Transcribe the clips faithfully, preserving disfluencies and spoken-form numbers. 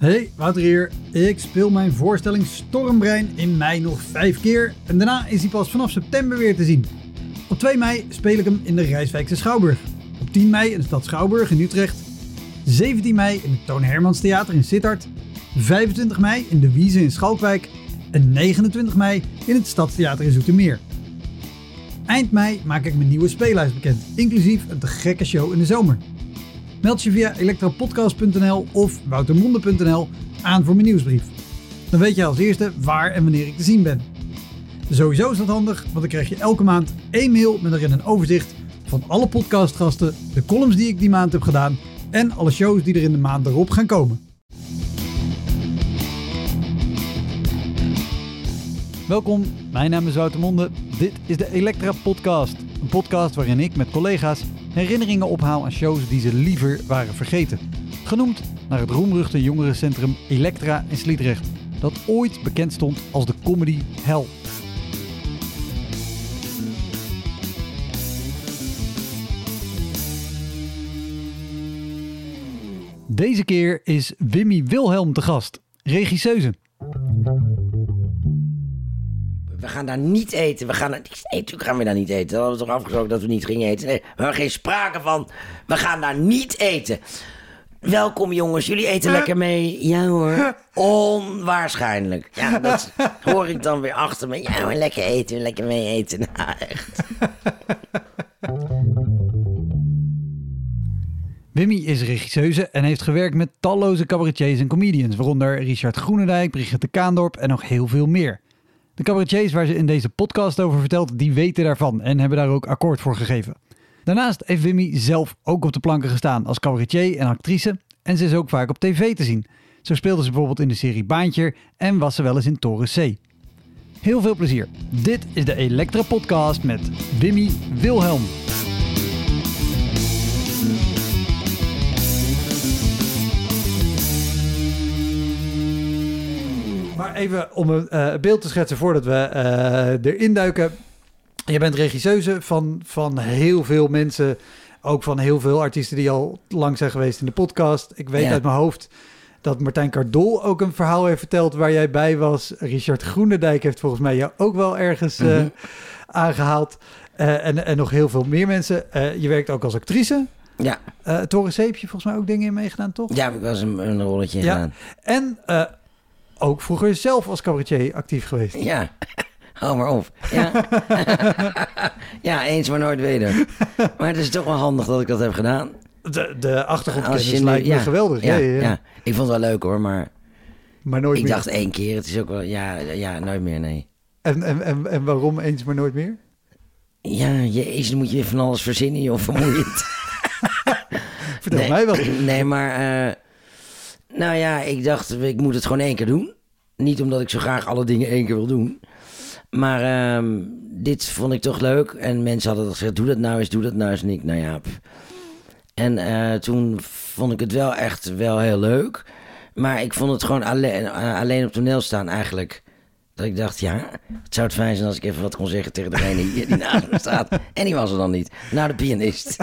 Hey, Wouter hier. Ik speel mijn voorstelling Stormbrein in mei nog vijf keer en daarna is hij pas vanaf september weer te zien. Op twee mei speel ik hem in de Rijswijkse Schouwburg. Op tien mei in de stad Schouwburg in Utrecht. zeventien mei in het Toon Hermans Theater in Sittard. vijfentwintig mei in de Wieze in Schalkwijk. En negenentwintig mei in het Stadstheater in Zoetermeer. Eind mei maak ik mijn nieuwe speellijst bekend, inclusief een te gekke show in de zomer. Meld je via elektrapodcast punt n l of woutermonde punt n l aan voor mijn nieuwsbrief. Dan weet je als eerste waar en wanneer ik te zien ben. Sowieso is dat handig, want dan krijg je elke maand één mail met erin een overzicht van alle podcastgasten, de columns die ik die maand heb gedaan en alle shows die er in de maand erop gaan komen. Welkom, mijn naam is Wouter Monde. Dit is de Elektra Podcast. Een podcast waarin ik met collega's herinneringen ophaal aan shows die ze liever waren vergeten. Genoemd naar het roemruchte jongerencentrum Elektra in Sliedrecht, dat ooit bekend stond als de comedy hell. Deze keer is Wimmy Wilhelm te gast, regisseuse. We gaan daar niet eten. We gaan daar... Nee, natuurlijk gaan we daar niet eten. We hadden toch afgesproken dat we niet gingen eten. Nee, we hebben geen sprake van. We gaan daar niet eten. Welkom jongens, jullie eten lekker mee. Ja hoor, onwaarschijnlijk. Ja, dat hoor ik dan weer achter me. Ja hoor, lekker eten, lekker mee eten. Nou, echt. Wimmy is regisseuse en heeft gewerkt met talloze cabaretiers en comedians, waaronder Richard Groenendijk, Brigitte Kaandorp en nog heel veel meer. De cabaretiers waar ze in deze podcast over vertelt, die weten daarvan en hebben daar ook akkoord voor gegeven. Daarnaast heeft Wimmy zelf ook op de planken gestaan als cabaretier en actrice en ze is ook vaak op tv te zien. Zo speelde ze bijvoorbeeld in de serie Baantje en was ze wel eens in Toren C. Heel veel plezier. Dit is de Elektra Podcast met Wimmy Wilhelm. Maar even om een uh, beeld te schetsen voordat we uh, erin duiken. Je bent regisseuse van, van heel veel mensen. Ook van heel veel artiesten die al lang zijn geweest in de podcast. Ik weet ja. uit mijn hoofd dat Martijn Cardol ook een verhaal heeft verteld waar jij bij was. Richard Groenendijk heeft volgens mij jou ook wel ergens uh, mm-hmm. aangehaald. Uh, en, en nog heel veel meer mensen. Uh, je werkt ook als actrice. Ja. Uh, Toren C heb je volgens mij ook dingen in meegedaan, toch? Ja, ik was een, een rolletje ja. gedaan. En... Uh, ook vroeger zelf als cabaretier actief geweest. Ja, hou maar op. Ja. Ja, eens maar nooit weder. Maar het is toch wel handig dat ik dat heb gedaan. De, de achtergrondkennis lijkt me ja, geweldig. Ja, ja, ja, ja. ja, ik vond het wel leuk hoor, maar... Maar nooit ik meer. dacht één keer, het is ook wel... Ja, ja nooit meer, nee. En, en, en, en waarom eens maar nooit meer? Ja, jezus, dan moet je van alles verzinnen, joh, vermoeiend. Vertel nee, mij wel. Nee, maar... Uh, Nou ja, ik dacht, ik moet het gewoon één keer doen. Niet omdat ik zo graag alle dingen één keer wil doen. Maar um, dit vond ik toch leuk. En mensen hadden gezegd, doe dat nou eens, doe dat nou eens. En ik, nou ja. Pff. En uh, toen vond ik het wel echt wel heel leuk. Maar ik vond het gewoon alleen, uh, alleen op toneel staan eigenlijk. Dat ik dacht, ja, het zou het fijn zijn als ik even wat kon zeggen tegen degene die, die naast me staat. En die was er dan niet. Nou, de pianist.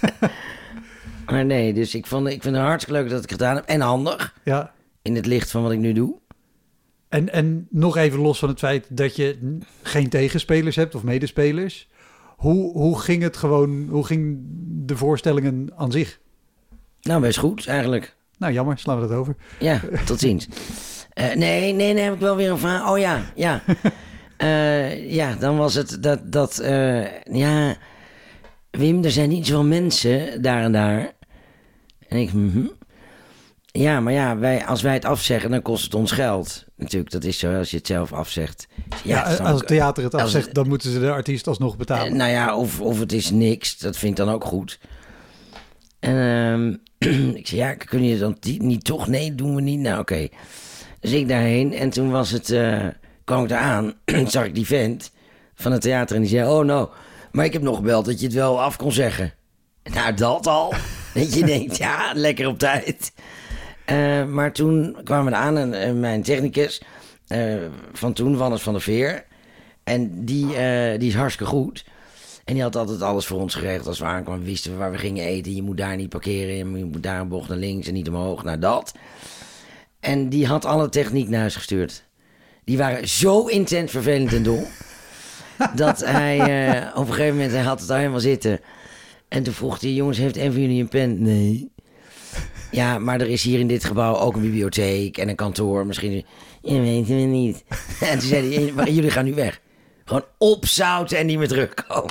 Maar nee, dus ik, vond, ik vind het hartstikke leuk dat ik het gedaan heb. En handig. Ja. In het licht van wat ik nu doe. En, en nog even los van het feit dat je geen tegenspelers hebt of medespelers. Hoe, hoe ging het gewoon, hoe ging de voorstellingen aan zich? Nou, best goed eigenlijk. Nou, jammer, slaan we dat over. Ja, tot ziens. uh, nee, nee, nee, heb ik wel weer een verhaal. Oh ja, ja. uh, ja, dan was het dat, dat uh, ja... Wim, er zijn niet zoveel mensen daar en daar. En ik, mm-hmm. Ja, maar ja, wij, als wij het afzeggen, dan kost het ons geld. Natuurlijk, dat is zo, als je het zelf afzegt. Ja, ja, het als het theater het afzegt, het, dan moeten ze de artiest alsnog betalen. Uh, nou ja, of, of het is niks, dat vind ik dan ook goed. En um, ik zei, ja, kun je dan die, niet toch? Nee, doen we niet. Nou, oké. Okay. Dus ik daarheen en toen was het, uh, kwam ik daar aan, zag ik die vent van het theater en die zei, oh nou... Maar ik heb nog gebeld dat je het wel af kon zeggen. Nou, dat al. Dat je denkt, ja, lekker op tijd. Uh, maar toen kwamen we aan en uh, mijn technicus uh, van toen, Wannes van der Veer. En die, uh, die is hartstikke goed. En die had altijd alles voor ons geregeld. Als we aankwamen, wisten we waar we gingen eten. Je moet daar niet parkeren, je moet daar een bocht naar links en niet omhoog. Nou, dat. En die had alle techniek naar huis gestuurd. Die waren zo intens vervelend en dol. dat hij uh, op een gegeven moment, hij had het al helemaal zitten. En toen vroeg hij, jongens, heeft een van jullie een pen? Nee. Ja, maar er is hier in dit gebouw ook een bibliotheek en een kantoor. Misschien, je weet het niet. En toen zei hij, jullie gaan nu weg. Gewoon opzouten en niet meer terugkomen.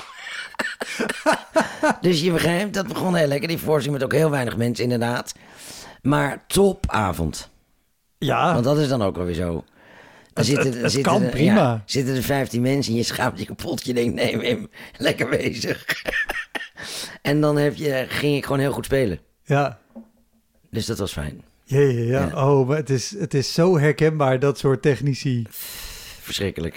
Dus je begrijpt, dat begon heel lekker. Die voorstelling met ook heel weinig mensen inderdaad. Maar topavond. Ja. Want dat is dan ook wel weer zo. Het, zitten, het, het zitten kan er, prima. Ja, zitten er vijftien mensen en je schaamt je kapot. Je denkt, nee Wim, lekker bezig. En dan heb je, ging ik gewoon heel goed spelen. Ja. Dus dat was fijn. Ja, ja, ja. Ja. Oh, maar het is, het is zo herkenbaar, dat soort technici. Verschrikkelijk.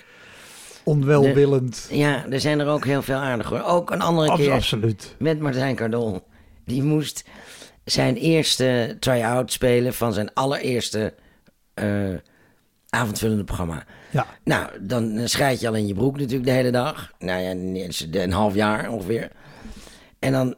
Onwelwillend. De, ja, er zijn er ook heel veel aardig hoor. Ook een andere Abs- keer absoluut. met Martijn Cardon. Die moest zijn eerste try-out spelen van zijn allereerste uh, avondvullende programma. Ja. Nou, dan schijt je al in je broek natuurlijk de hele dag. Nou ja, een half jaar ongeveer. En dan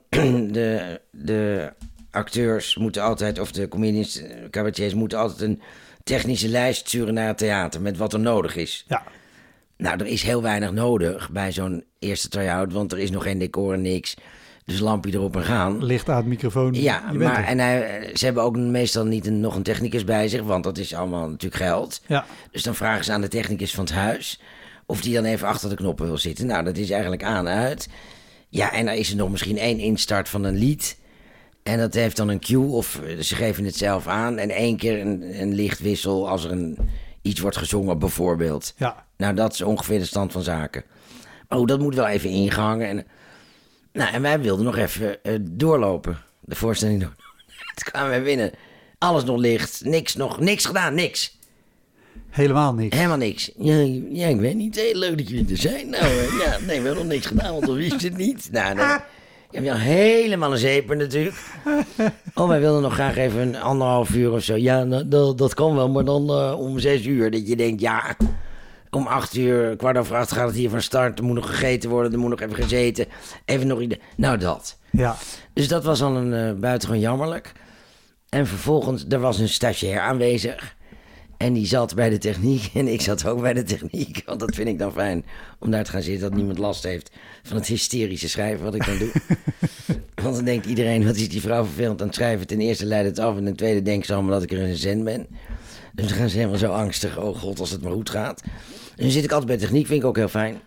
de, de acteurs moeten altijd, of de comedians, cabaretiers moeten altijd een technische lijst sturen naar het theater met wat er nodig is. Ja. Nou, er is heel weinig nodig bij zo'n eerste try-out, want er is nog geen decor en niks. Dus lampje erop en gaan. Licht aan het microfoon. Ja, maar en hij, ze hebben ook meestal niet een, nog een technicus bij zich, want dat is allemaal natuurlijk geld. Ja. Dus dan vragen ze aan de technicus van het huis of die dan even achter de knoppen wil zitten. Nou, dat is eigenlijk aan en uit. Ja, en dan is er nog misschien één instart van een lied. En dat heeft dan een cue, of ze geven het zelf aan. En één keer een, een lichtwissel als er een, iets wordt gezongen, bijvoorbeeld. Ja. Nou, dat is ongeveer de stand van zaken. Oh, dat moet wel even ingehangen. En, nou, en wij wilden nog even uh, doorlopen. De voorstelling door. Toen kwamen we binnen. Alles nog licht. Niks nog. Niks gedaan. Niks. Helemaal niks. Helemaal niks. Ja, ja, ik weet niet. Heel leuk dat jullie er zijn. Nou, uh, ja, nee, we hebben nog niks gedaan, want we wisten het niet. Nou, dan heb je al helemaal een zeeper natuurlijk. Oh, wij wilden nog graag even een anderhalf uur of zo. Ja, nou, dat, dat kan wel, maar dan uh, om zes uur. Dat je denkt, ja, om acht uur, kwart over acht gaat het hier van start. Er moet nog gegeten worden, er moet nog even gezeten. Even nog iets. Nou, dat. Ja. Dus dat was al een uh, buitengewoon jammerlijk. En vervolgens, er was een stagiair aanwezig. En die zat bij de techniek en ik zat ook bij de techniek. Want dat vind ik dan fijn, om daar te gaan zitten. Dat niemand last heeft van het hysterische schrijven wat ik dan doe. Want dan denkt iedereen, wat is die vrouw vervelend aan het schrijven. Ten eerste leidt het af en ten tweede denken ze allemaal dat ik er een zen ben. Dus dan gaan ze helemaal zo angstig. Oh god, als het maar goed gaat. En dan zit ik altijd bij de techniek, vind ik ook heel fijn.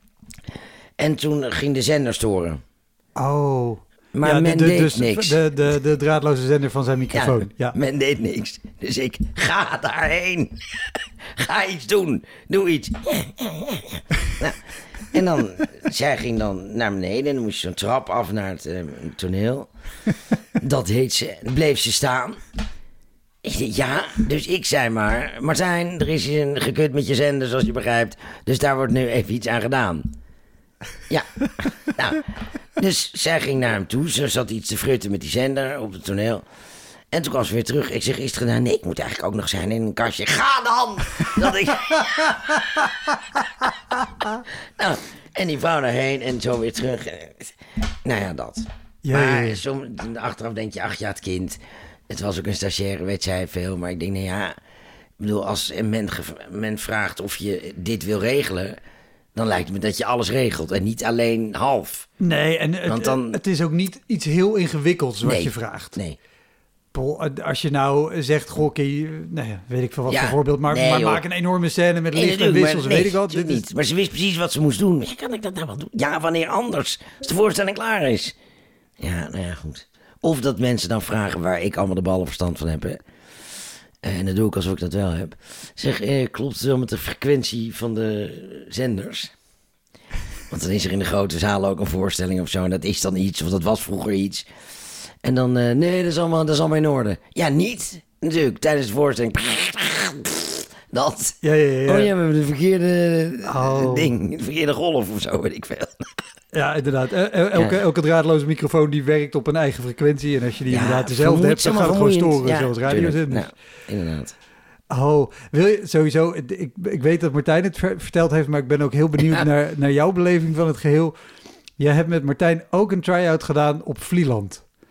En toen ging de zender storen. Oh. Maar ja, men de, deed dus niks. De, de, de draadloze zender van zijn microfoon. Ja, Ja, men deed niks. Dus ik, ga daarheen. Ga iets doen. Doe iets. Nou, en dan, zij ging dan naar beneden en dan moest je zo'n trap af naar het uh, toneel. Dat heet ze, bleef ze staan. Ik zei, ja, dus ik zei maar, Martijn, er is een gekut met je zender, zoals je begrijpt. Dus daar wordt nu even iets aan gedaan. Ja, nou, dus zij ging naar hem toe. Ze zat iets te frutten met die zender op het toneel. En toen kwam ze weer terug. Ik zeg, is het gedaan? Nee, ik moet eigenlijk ook nog zijn in een kastje. Ga dan! Dat ik... nou, en die vrouw daarheen en zo weer terug. Nou ja, dat. Ja, maar ja, ja. Zo, achteraf denk je, ach ja, het kind. Het was ook een stagiaire, weet zij veel. Maar ik denk, nou ja, ik bedoel, als men, men vraagt of je dit wil regelen, dan lijkt het me dat je alles regelt en niet alleen half. Nee, en het, Want dan- het is ook niet iets heel ingewikkelds wat Nee. je vraagt. Nee. Paul, als je nou zegt, goh, oké, nou ja, weet ik veel wat Ja, voor voorbeeld, maar, nee, maar joh. maak een enorme scène met Nee, licht en natuurlijk, wissels, maar weet nee, ik wat. Dit natuurlijk is, niet. Maar ze wist precies wat ze moest doen. Ja, kan ik dat nou wel doen? Ja, wanneer anders? Als de voorstelling klaar is. Ja, nou ja, goed. Of dat mensen dan vragen waar ik allemaal de ballen verstand van heb. Hè. En dat doe ik alsof ik dat wel heb. Zeg, eh, klopt het wel met de frequentie van de zenders? Want dan is er in de grote zaal ook een voorstelling of zo. En dat is dan iets, of dat was vroeger iets. En dan, eh, nee, dat is, allemaal, dat is allemaal in orde. Ja, niet. Natuurlijk, tijdens de voorstelling. Dat. ja, ja, ja. Oh ja, we hebben de verkeerde eh, Oh. ding. De verkeerde golf of zo, weet ik veel. Ja, inderdaad. El- el- Elke, Ja. elke draadloze microfoon die werkt op een eigen frequentie. En als je die Ja, inderdaad dezelfde hebt, dan gaat het gewoon vermoeiend. storen, Ja, zoals tuurlijk. radiozenders. Nou, inderdaad. Oh, wil je sowieso... Ik, ik weet dat Martijn het ver- verteld heeft, maar ik ben ook heel benieuwd Ja. naar, naar jouw beleving van het geheel. Jij hebt met Martijn ook een try-out gedaan op Vlieland.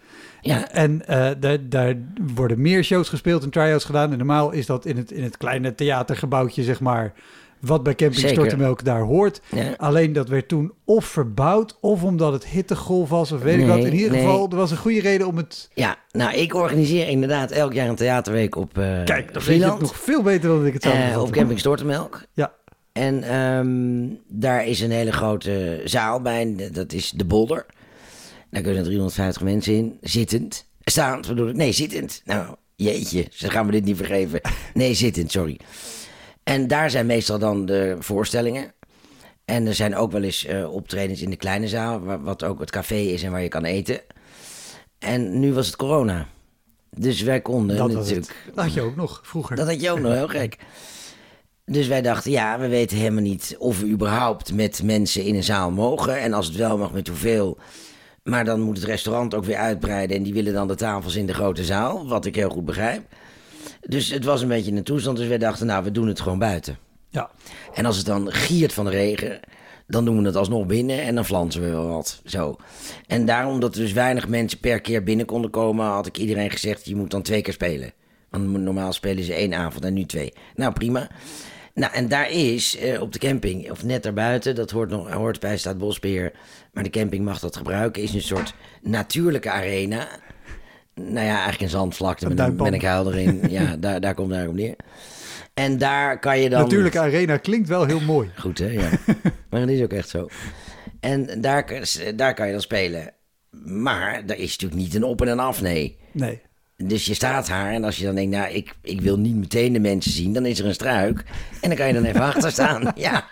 Ja. En uh, daar, daar worden meer shows gespeeld en try-outs gedaan. En normaal is dat in het, in het kleine theatergebouwtje, zeg maar, wat bij Camping Stortemelk daar hoort. Ja. Alleen dat werd toen of verbouwd, of omdat het hittegolf was, of weet nee, ik wat. In ieder nee. geval, er was een goede reden om het... Ja, nou, ik organiseer inderdaad elk jaar een theaterweek op uh, Kijk, dat weet je het nog veel beter dan ik het zou uh, Op Camping Stortemelk. Ja. En um, daar is een hele grote zaal bij, dat is de Bolder. Daar kunnen driehonderdvijftig mensen in, zittend. Staand, bedoel ik. Nee, zittend. Nou, jeetje, ze gaan me dit niet vergeven. Nee, zittend, sorry. En daar zijn meestal dan de voorstellingen. En er zijn ook wel eens uh, optredens in de kleine zaal, waar, wat ook het café is en waar je kan eten. En nu was het corona. Dus wij konden dat natuurlijk... Dat had je ook nog vroeger. Dat had je ook nog, heel gek. Dus wij dachten, ja, we weten helemaal niet of we überhaupt met mensen in een zaal mogen. En als het wel mag, met hoeveel... Maar dan moet het restaurant ook weer uitbreiden en die willen dan de tafels in de grote zaal, wat ik heel goed begrijp. Dus het was een beetje een toestand, dus wij dachten, nou, we doen het gewoon buiten. Ja. En als het dan giert van de regen, dan doen we het alsnog binnen en dan flansen we wel wat, zo. En daarom dat er dus weinig mensen per keer binnen konden komen, had ik iedereen gezegd, je moet dan twee keer spelen. Want normaal spelen ze één avond en nu twee. Nou, prima. Nou, en daar is uh, op de camping, of net daarbuiten, dat hoort, nog, hoort bij Staatsbosbeheer, maar de camping mag dat gebruiken, is een soort natuurlijke arena. Nou ja, eigenlijk een zandvlakte met een, met een kuil erin. Ja, daar, daar komt het op neer. En daar kan je dan... Natuurlijke arena klinkt wel heel mooi. Goed, hè? Ja. Maar het is ook echt zo. En daar, daar kan je dan spelen. Maar daar is natuurlijk niet een op en een af, nee. Nee. Dus je staat daar en als je dan denkt, nou, ik, ik wil niet meteen de mensen zien, dan is er een struik. En dan kan je dan even achter staan. Ja.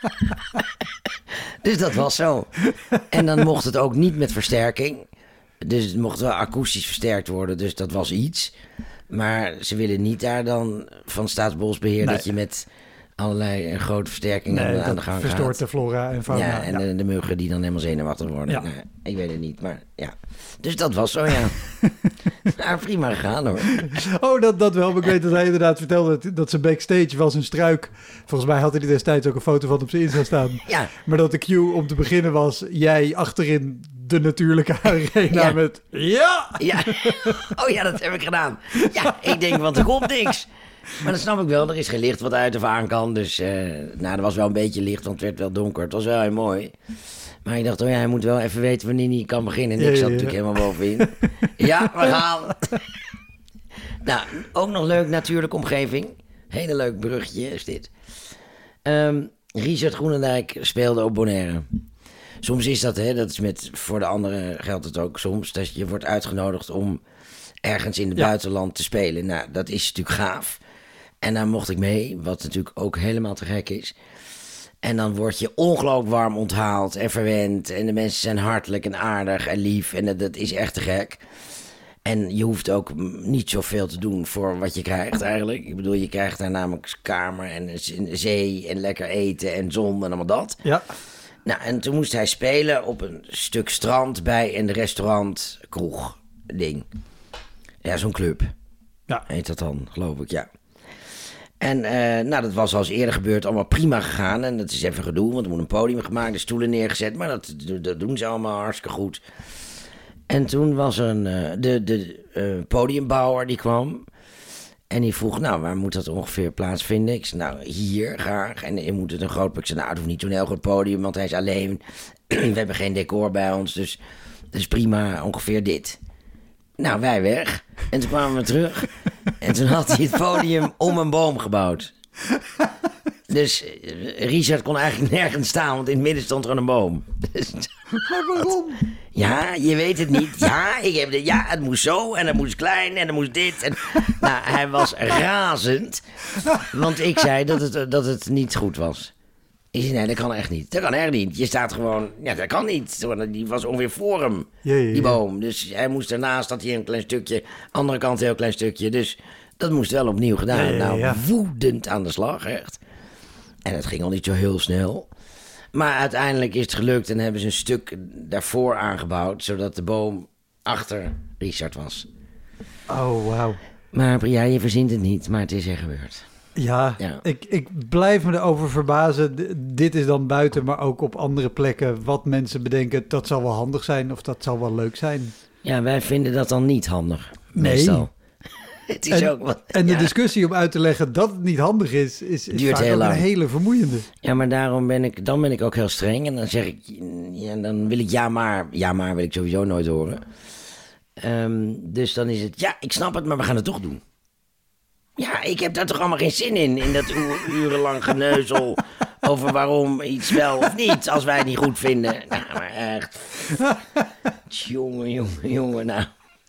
Dus dat was zo. En dan mocht het ook niet met versterking. Dus het mocht wel akoestisch versterkt worden, dus dat was iets. Maar ze willen niet daar dan van Staatsbosbeheer nee. dat je met allerlei grote versterkingen nee, aan de gang gaat. Verstoort de flora en fauna. Ja, en ja. De, de muggen die dan helemaal zenuwachtig worden. Ja. Nou, ik weet het niet, maar ja. Dus dat was zo, ja. Nou, prima gegaan hoor. Oh, dat, dat wel. Maar ik weet dat hij inderdaad vertelde dat, dat ze backstage was een struik. Volgens mij had hij destijds ook een foto van op zijn Insta staan. Ja. Maar dat de cue om te beginnen was, jij achterin de natuurlijke arena ja. met ja! Ja. Oh ja, dat heb ik gedaan. Ja, ik denk, want er komt niks. Maar dat snap ik wel. Er is geen licht wat uit of aan kan. Dus uh, nou, er was wel een beetje licht, want het werd wel donker. Het was wel heel mooi. Maar ik dacht, oh ja, hij moet wel even weten wanneer hij kan beginnen. En ik zat ja, ja, ja. natuurlijk helemaal bovenin. Ja, we gaan. Nou, ook nog leuk, natuurlijke omgeving. Hele leuk bruggetje is dit. Um, Richard Groenendijk speelde op Bonaire. Soms is dat, hè, dat is met, voor de anderen geldt het ook soms, dat je wordt uitgenodigd om ergens in het ja. buitenland te spelen. Nou, dat is natuurlijk gaaf. En daar mocht ik mee, wat natuurlijk ook helemaal te gek is. En dan word je ongelooflijk warm onthaald en verwend. En de mensen zijn hartelijk en aardig en lief. En dat, dat is echt te gek. En je hoeft ook niet zoveel te doen voor wat je krijgt eigenlijk. Ik bedoel, je krijgt daar namelijk kamer en zee en lekker eten en zon en allemaal dat. Ja. Nou, en toen moest hij spelen op een stuk strand bij een restaurant, kroeg, ding. Ja, zo'n club. Ja. Heet dat dan, geloof ik, ja. En uh, nou, dat was al eens eerder gebeurd, allemaal prima gegaan. En dat is even gedoe, want er moet een podium gemaakt, de stoelen neergezet. Maar dat, dat doen ze allemaal hartstikke goed. En toen was er een, uh, de, de uh, podiumbouwer die kwam. En die vroeg, nou, waar moet dat ongeveer plaatsvinden? Ik zei, nou, hier graag. En je moet het een groot... Ik zei, nou, het hoeft niet zo'n heel groot podium, want hij is alleen. We hebben geen decor bij ons, dus dat is prima, ongeveer dit. Nou, wij weg. En toen kwamen we terug. En toen had hij het podium om een boom gebouwd. Dus Richard kon eigenlijk nergens staan, want in het midden stond er een boom. Maar waarom? Ja, je weet het niet. Ja, ik heb de, ja, het moest zo en het moest klein en het moest dit. En, nou, hij was razend. Want ik zei dat het, dat het niet goed was. Ik zei, nee, dat kan echt niet. Dat kan echt niet. Je staat gewoon... Ja, dat kan niet. Die was ongeveer voor hem, ja, ja, ja. die boom. Dus hij moest ernaast, had hij een klein stukje. Andere kant een heel klein stukje. Dus dat moest wel opnieuw gedaan. Ja, ja, ja. Nou, woedend aan de slag, echt. En het ging al niet zo heel snel. Maar uiteindelijk is het gelukt en hebben ze een stuk daarvoor aangebouwd, zodat de boom achter Richard was. Oh, wauw. Maar ja, je verzint het niet, maar het is er gebeurd. Ja, ja. Ik, ik blijf me erover verbazen. D- dit is dan buiten, maar ook op andere plekken. Wat mensen bedenken, dat zal wel handig zijn of dat zal wel leuk zijn. Ja, wij vinden dat dan niet handig. Nee. Meestal. Het is En, ook wat, en de ja. discussie om uit te leggen dat het niet handig is, is, is Duurt vaak heel ook lang. een hele vermoeiende. Ja, maar daarom ben ik, dan ben ik ook heel streng. En dan zeg ik, ja, dan wil ik ja maar. Ja maar wil ik sowieso nooit horen. Um, dus dan is het, ja, ik snap het, maar we gaan het toch doen. Ja, ik heb daar toch allemaal geen zin in. In dat u- urenlang geneuzel over waarom iets wel of niet. Als wij het niet goed vinden. Nou, maar echt. Jongen, jongen, jongen, nou.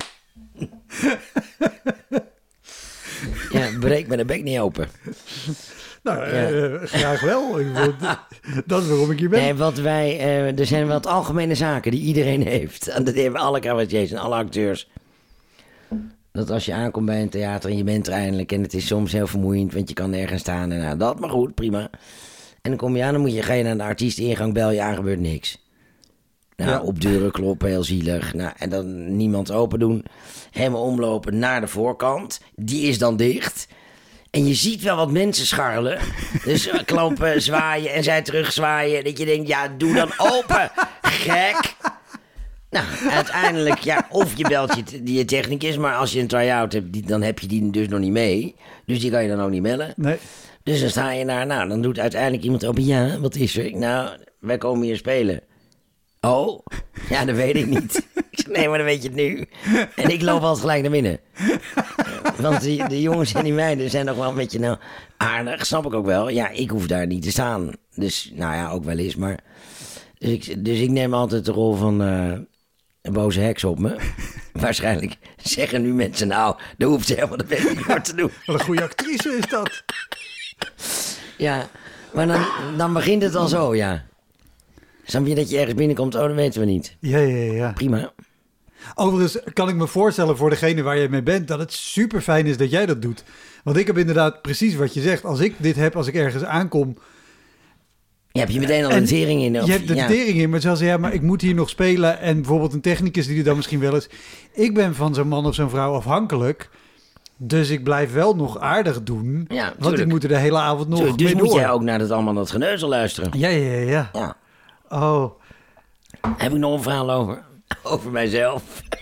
Ja, breek me de bek niet open. Nou, Ja. uh, graag wel. Ik bedoel, dat is waarom ik hier ben. Nee, wat wij, uh, er zijn wat algemene zaken die iedereen heeft. En dat hebben alle cabaretiers en alle acteurs. Dat als je aankomt bij een theater en je bent er eindelijk... en het is soms heel vermoeiend, want je kan nergens staan en nou, dat, maar goed, prima. En dan kom je aan, dan moet je, ga je naar de artiesteningang, bel je aan, gebeurt niks. Nou, Ja. op deuren kloppen, heel zielig. Nou, en dan niemand open doen. Helemaal omlopen naar de voorkant. Die is dan dicht. En je ziet wel wat mensen scharrelen. Dus uh, klampen, zwaaien en zij terugzwaaien. Dat je denkt, ja, doe dan open, gek. Nou, uiteindelijk, ja, of je belt je, die je technicus, maar als je een try-out hebt, die, dan heb je die dus nog niet mee. Dus die kan je dan ook niet bellen. Nee. Dus dan sta je daar, nou, dan doet uiteindelijk iemand open, ja, wat is er? Nou, wij komen hier spelen. Oh, ja, dat weet ik niet. Ik zeg, nee, maar dan weet je het nu. En ik loop altijd gelijk naar binnen. Want die, de jongens en die meiden zijn nog wel een beetje, nou, aardig, snap ik ook wel. Ja, ik hoef daar niet te staan. Dus, nou ja, ook wel eens, maar... Dus ik, dus ik neem altijd de rol van uh, een boze heks op me. Waarschijnlijk zeggen nu mensen, nou, dat hoeft ze helemaal de best niet voor te doen. Wat een goede actrice is dat. Ja, maar dan, dan begint het al zo, ja. Snap je dat je ergens binnenkomt? Oh, dat weten we niet. Ja, ja, ja. Prima. Overigens kan ik me voorstellen voor degene waar je mee bent... dat het super fijn is dat jij dat doet. Want ik heb inderdaad precies wat je zegt. Als ik dit heb, als ik ergens aankom... Je hebt je meteen al En een tering in. Of, je hebt de ja. tering in, maar zelfs ja, maar ik moet hier nog spelen. En bijvoorbeeld een technicus die er dan misschien wel is. Ik ben van zo'n man of zo'n vrouw afhankelijk. Dus ik blijf wel nog aardig doen. Ja, want tuurlijk. ik moet er de hele avond nog Tuurlijk, dus mee moet door. jij ook naar dat allemaal dat geneuzel luisteren. Ja, ja, ja, ja. Ja. Oh, Heb ik nog een verhaal over? Over mijzelf.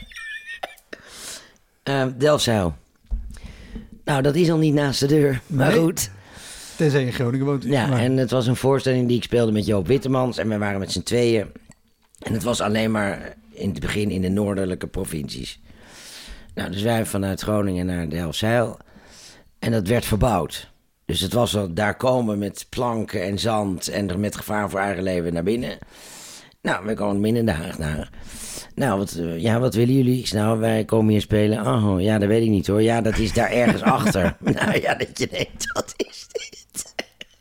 uh, Delfzijl. Nou, dat is al niet naast de deur. Maar Nee. goed. tenzij je in Groningen woont. Ja, maar, en het was een voorstelling die ik speelde met Joop Wittemans. En we waren met z'n tweeën. En het was alleen maar in het begin in de noordelijke provincies. Nou, dus wij vanuit Groningen naar Delfzijl. En dat werd verbouwd. Dus het was al daar komen met planken en zand en er met gevaar voor eigen leven naar binnen. Nou, we komen binnen de Haag naar. Nou, wat, uh, ja, wat willen jullie? Ik zei, nou, wij komen hier spelen. Oh, ja, dat weet ik niet hoor. Ja, dat is daar ergens achter. Nou ja, dat je denkt, wat is dit?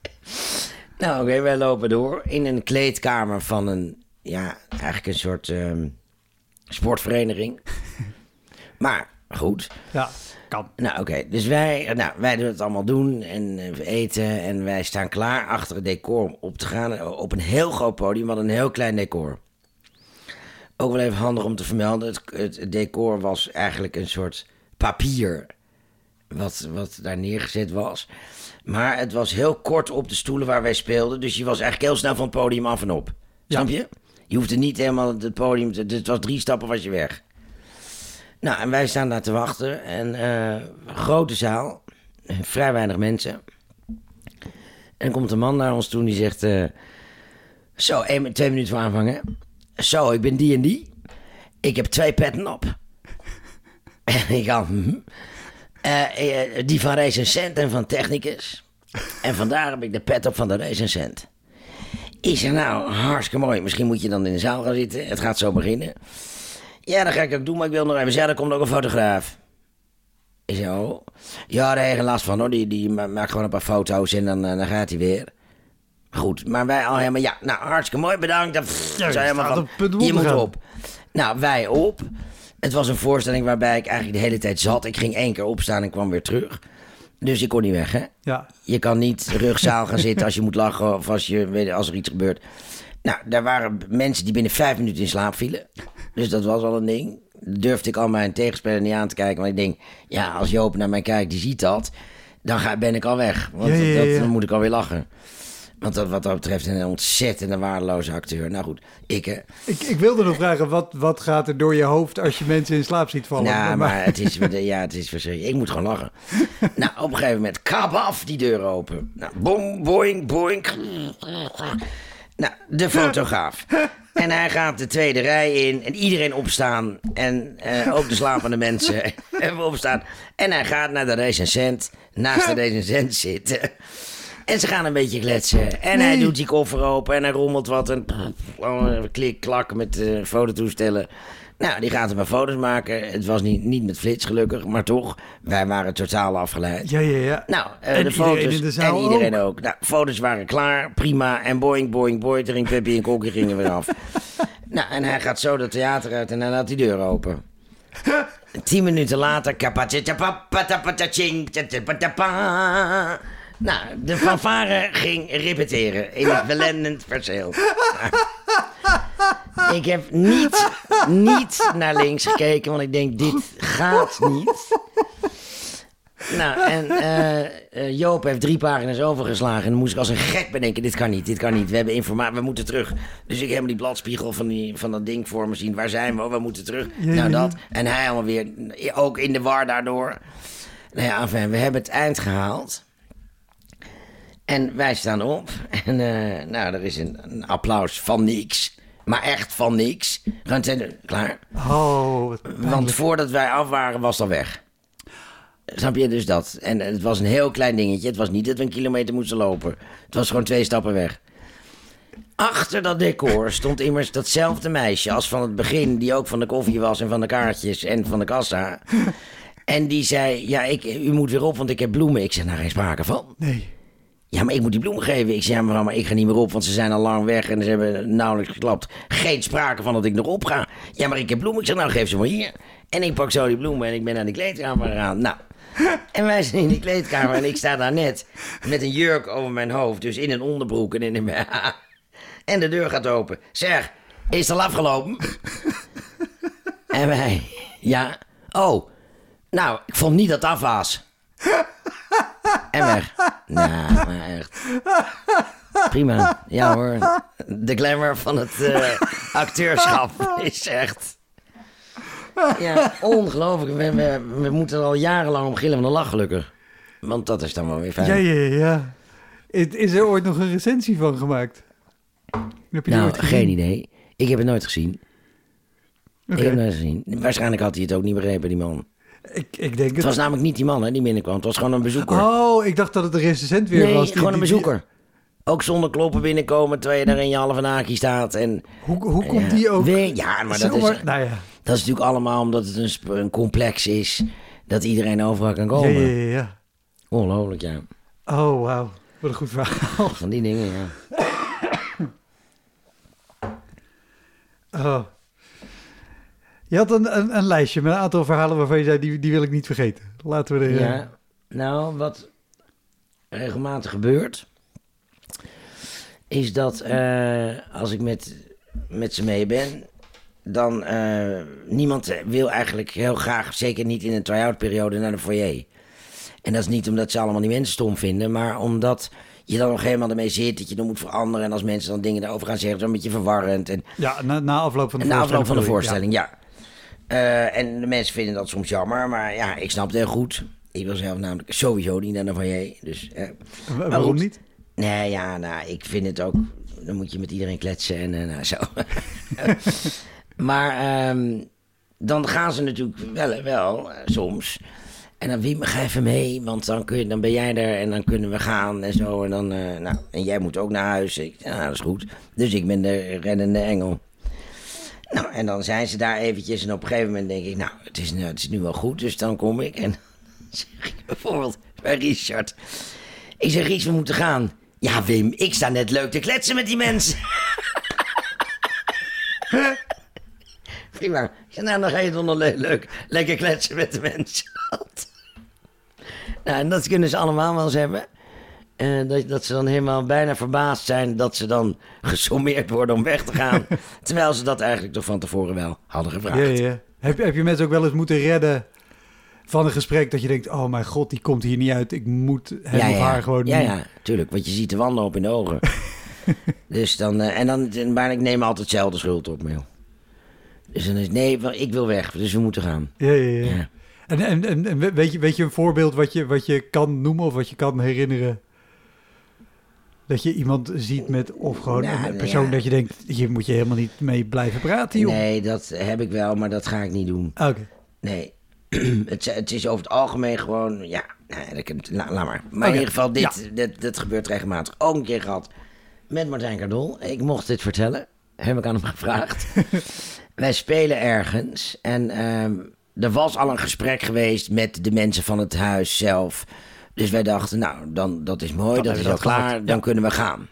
Nou, oké, okay, wij lopen door in een kleedkamer van een, ja, eigenlijk een soort um, sportvereniging. Maar, goed. ja, kan. Nou, oké. Okay. Dus wij, nou, wij doen het allemaal doen en uh, eten. En wij staan klaar achter het decor om op te gaan. Op een heel groot podium, wat een heel klein decor. Ook wel even handig om te vermelden. Het, het, het decor was eigenlijk een soort papier. Wat, wat daar neergezet was. Maar het was heel kort op de stoelen waar wij speelden. Dus je was eigenlijk heel snel van het podium af en op. Ja. Snap je? Je hoefde niet helemaal het podium... Te, het was drie stappen was je weg. Nou, en wij staan daar te wachten. En uh, een grote zaal. Vrij weinig mensen. En dan komt een man naar ons toe en die zegt... Uh, zo, één, twee minuten voor aanvangen. Zo, ik ben die en die. Ik heb twee petten op. En ik ga... Hmm. Uh, uh, die van recensent en van technicus. En vandaar heb ik de pet op van de recensent. Ik zeg, nou, hartstikke mooi. Misschien moet je dan in de zaal gaan zitten. Het gaat zo beginnen. Ja, dat ga ik ook doen, maar ik wil nog even zeggen, er komt ook een fotograaf. Ik zeg, oh. Ja, daar heb je geen last van hoor. Die, die maakt gewoon een paar foto's en dan, uh, dan gaat hij weer. Goed, maar wij al helemaal, ja, nou, hartstikke mooi, bedankt. Pff, Ja, je helemaal staat van, op het punt om je te moet gaan. op. Nou, wij op. Het was een voorstelling waarbij ik eigenlijk de hele tijd zat. Ik ging één keer opstaan en kwam weer terug. Dus ik kon niet weg, hè. Ja. Je kan niet rugzaal gaan zitten als je moet lachen of als, je, weet, als er iets gebeurt. Nou, daar waren mensen die binnen vijf minuten in slaap vielen. Dus dat was al een ding. Durfde ik al mijn tegenspeler niet aan te kijken. Maar ik denk, ja, als Joop naar mij kijkt, die ziet dat. Dan ga, ben ik al weg. Want Ja, ja, ja, dat, ja. dan moet ik alweer lachen. Want dat, wat dat betreft een ontzettend waardeloze acteur. Nou goed, ik... Uh... Ik, ik wilde nog vragen, wat, wat gaat er door je hoofd als je mensen in slaap ziet vallen? Nou, maar, maar het is, ja, het is verschrikkelijk. Ik moet gewoon lachen. Nou, op een gegeven moment, kap af, die deur open. Nou, boing, boing, boing. Nou, de fotograaf. En hij gaat de tweede rij in en iedereen opstaan. En uh, ook de slapende mensen hebben opstaan. En hij gaat naar de recensent, naast de recensent zitten. En ze gaan een beetje kletsen. En nee. hij doet die koffer open en hij rommelt wat. En klik, klak met uh, fototoestellen. Nou, die gaat er maar foto's maken. Het was niet, niet met flits gelukkig, maar toch. Wij waren totaal afgeleid. Ja, ja, ja. Nou, uh, en de foto's. In de zaal en iedereen ook. ook. Nou, foto's waren klaar, prima. En boing, boing, boing. Ging Peppy en Kokkie gingen weer af. Nou, en hij gaat zo dat theater uit en hij laat die deur open. Tien minuten later. Nou, de fanfare ging repeteren in het belendend perceel. Nou, ik heb niet, niet naar links gekeken, want ik denk, dit gaat niet. Nou, en uh, uh, Joop heeft drie pagina's overgeslagen. En dan moest ik als een gek bedenken, dit kan niet, dit kan niet. We hebben informatie, we moeten terug. Dus ik heb die bladspiegel van, die, van dat ding voor me zien. Waar zijn we? We moeten terug. Ja, nou, dat. En hij allemaal weer, ook in de war daardoor. Nou ja, enfin, we hebben het eind gehaald. En wij staan op. En uh, nou, er is een, een applaus van niks. Maar echt van niks. Gewoon ten, klaar. Oh, wat Want voordat wij af waren, was het al weg. Snap je? Dus dat. En het was een heel klein dingetje. Het was niet dat we een kilometer moesten lopen. Het was gewoon twee stappen weg. Achter dat decor stond immers datzelfde meisje als van het begin. Die ook van de koffie was en van de kaartjes en van de kassa. En die zei, ja, ik, u moet weer op, want ik heb bloemen. Ik zei, nou, geen sprake van. Nee. Ja, maar ik moet die bloemen geven. Ik zei, ja, mevrouw, maar ik ga niet meer op, want ze zijn al lang weg en ze hebben nauwelijks geklapt. Geen sprake van dat ik nog op ga. Ja, maar ik heb bloemen. Ik zeg, nou, geef ze maar hier. En ik pak zo die bloemen en ik ben naar de kleedkamer gegaan. Nou, en wij zijn in die kleedkamer en ik sta daar net met een jurk over mijn hoofd. Dus in een onderbroek en in een B H. En de deur gaat open. Zeg, is het al afgelopen? En wij, ja. Oh, nou, ik vond niet dat het af was. En weg. Nou, maar echt. Prima. Ja hoor. De glamour van het uh, acteurschap is echt... Ja, ongelooflijk. We, we, we moeten er al jarenlang om gillen van de lach, gelukkig. Want dat is dan wel weer fijn. Ja, ja, ja. Is er ooit nog een recensie van gemaakt? Heb je nou, nooit geen idee. Ik heb het nooit gezien. Okay. Ik heb het nooit gezien. Waarschijnlijk had hij het ook niet begrepen, die man. Ik, ik denk het... het was namelijk niet die man hè, die binnenkwam. Het was gewoon een bezoeker. Oh, ik dacht dat het een recensent weer nee, was. Nee, gewoon een bezoeker. Die... Ook zonder kloppen binnenkomen, terwijl je daar in je halve naakje staat. En, hoe hoe komt ja, die ook? Weer, ja, maar dat is, nou ja. dat is natuurlijk allemaal omdat het een, een complex is. Dat iedereen overal kan komen. Ja, ja, ja. ja. Ongelooflijk, ja. Oh, wauw. Wat een goed verhaal. Van die dingen, ja. Oh. Je had een, een, een lijstje met een aantal verhalen waarvan je zei, die, die wil ik niet vergeten. Laten we er... Ja, nou, wat regelmatig gebeurt, is dat uh, als ik met, met ze mee ben, dan uh, niemand wil eigenlijk heel graag, zeker niet in een try-out periode, naar de foyer. En dat is niet omdat ze allemaal die mensen stom vinden, maar omdat je dan nog helemaal ermee zit, dat je dan moet veranderen. En als mensen dan dingen daarover gaan zeggen, dan een beetje verwarrend. En, ja, na, na afloop van de na voorstelling. afloop van de voorstelling, ja. ja. Uh, en de mensen vinden dat soms jammer, maar ja, ik snap het heel goed. Ik wil zelf namelijk sowieso niet naar de foyer. Dus, uh, waarom goed, niet? Nee, ja, nou, ik vind het ook... Dan moet je met iedereen kletsen en uh, nou, zo. Maar um, dan gaan ze natuurlijk wel, wel uh, soms. En dan Wim, ga even mee, want dan, kun je, dan ben jij er en dan kunnen we gaan en zo. En, dan, uh, nou, en jij moet ook naar huis. Ik, ja, dat is goed. Dus ik ben de reddende engel. Nou, en dan zijn ze daar eventjes en op een gegeven moment denk ik, nou, het is, nou, het is nu wel goed, dus dan kom ik. En dan zeg ik bijvoorbeeld bij Richard. Ik zeg, Ries, we moeten gaan. Ja, Wim, ik sta net leuk te kletsen met die mensen. Prima. Ik zeg, nou, dan ga je toch nog le- leuk lekker kletsen met de mensen. Nou, en dat kunnen ze allemaal wel eens hebben. Uh, dat, dat ze dan helemaal bijna verbaasd zijn dat ze dan gesommeerd worden om weg te gaan. Terwijl ze dat eigenlijk toch van tevoren wel hadden gevraagd. Ja, ja. Heb, heb je mensen ook wel eens moeten redden van een gesprek dat je denkt, oh mijn god, die komt hier niet uit. Ik moet hem ja, of ja. haar gewoon Ja, niet... ja, tuurlijk. Want je ziet de wanhoop in de ogen. Dus dan... Uh, en dan... Maar ik neem altijd zelf de schuld op me, joh. Dus dan is nee, ik wil weg. Dus we moeten gaan. Ja, ja, ja. ja. En, en, en, en weet, je, weet je een voorbeeld wat je, wat je kan noemen of wat je kan herinneren? Dat je iemand ziet met, of gewoon nou, een persoon ja. dat je denkt, hier moet je helemaal niet mee blijven praten, joh. Nee, dat heb ik wel, maar dat ga ik niet doen. Oké. Okay. Nee, het, het is over het algemeen gewoon, ja, nee, la, laat maar. Maar okay. in ieder geval, dit, ja. dit, dit gebeurt regelmatig. Ook een keer gehad met Martijn Kardol. Ik mocht dit vertellen, heb ik aan hem gevraagd. Wij spelen ergens en um, er was al een gesprek geweest met de mensen van het huis zelf. Dus wij dachten, nou, dan, dat is mooi, dan dat is al klaar, gehad. Dan ja. kunnen we gaan.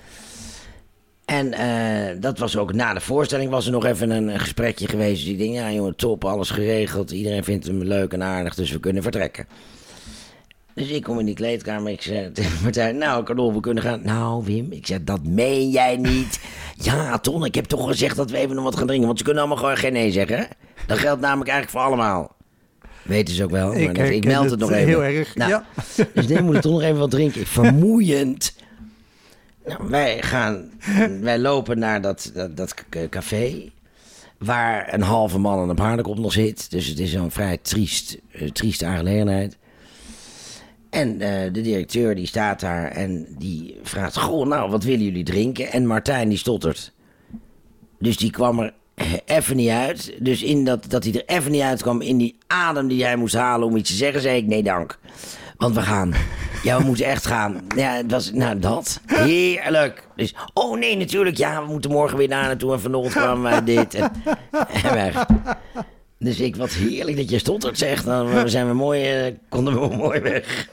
En uh, dat was ook na de voorstelling, was er nog even een, een gesprekje geweest. Dus ik denk, ja jongen, top, alles geregeld. Iedereen vindt hem leuk en aardig, dus we kunnen vertrekken. Dus ik kom in die kleedkamer, ik zei tegen Martijn, nou Kardol, we kunnen gaan. Nou Wim, ik zei, dat meen jij niet. Ja Ton, ik heb toch gezegd dat we even nog wat gaan drinken, want ze kunnen allemaal gewoon geen nee zeggen. Hè? Dat geldt namelijk eigenlijk voor allemaal. Weten ze ook wel, maar ik, dat, ik meld het, het nog even. Heel erg, nou, ja. Dus nee, moet ik toch nog even wat drinken. Vermoeiend. Nou, wij gaan, wij lopen naar dat, dat, dat café, waar een halve man aan de paardenkop nog zit. Dus het is zo'n vrij triest, uh, trieste aangelegenheid. En uh, de directeur die staat daar en die vraagt, goh, nou, wat willen jullie drinken? En Martijn die stottert. Dus die kwam er even niet uit. Dus in dat, dat hij er even niet uitkwam, in die adem die hij moest halen om iets te zeggen, zei ik, nee dank. Want we gaan. Ja, we moeten echt gaan. Ja, het was, nou dat. Heerlijk. Dus, oh nee, natuurlijk. Ja, we moeten morgen weer daar naartoe. En vanochtend kwamen wij dit. En, en weg. Dus ik, wat heerlijk dat je stottert zegt. Dan zijn we mooi, uh, konden we mooi weg.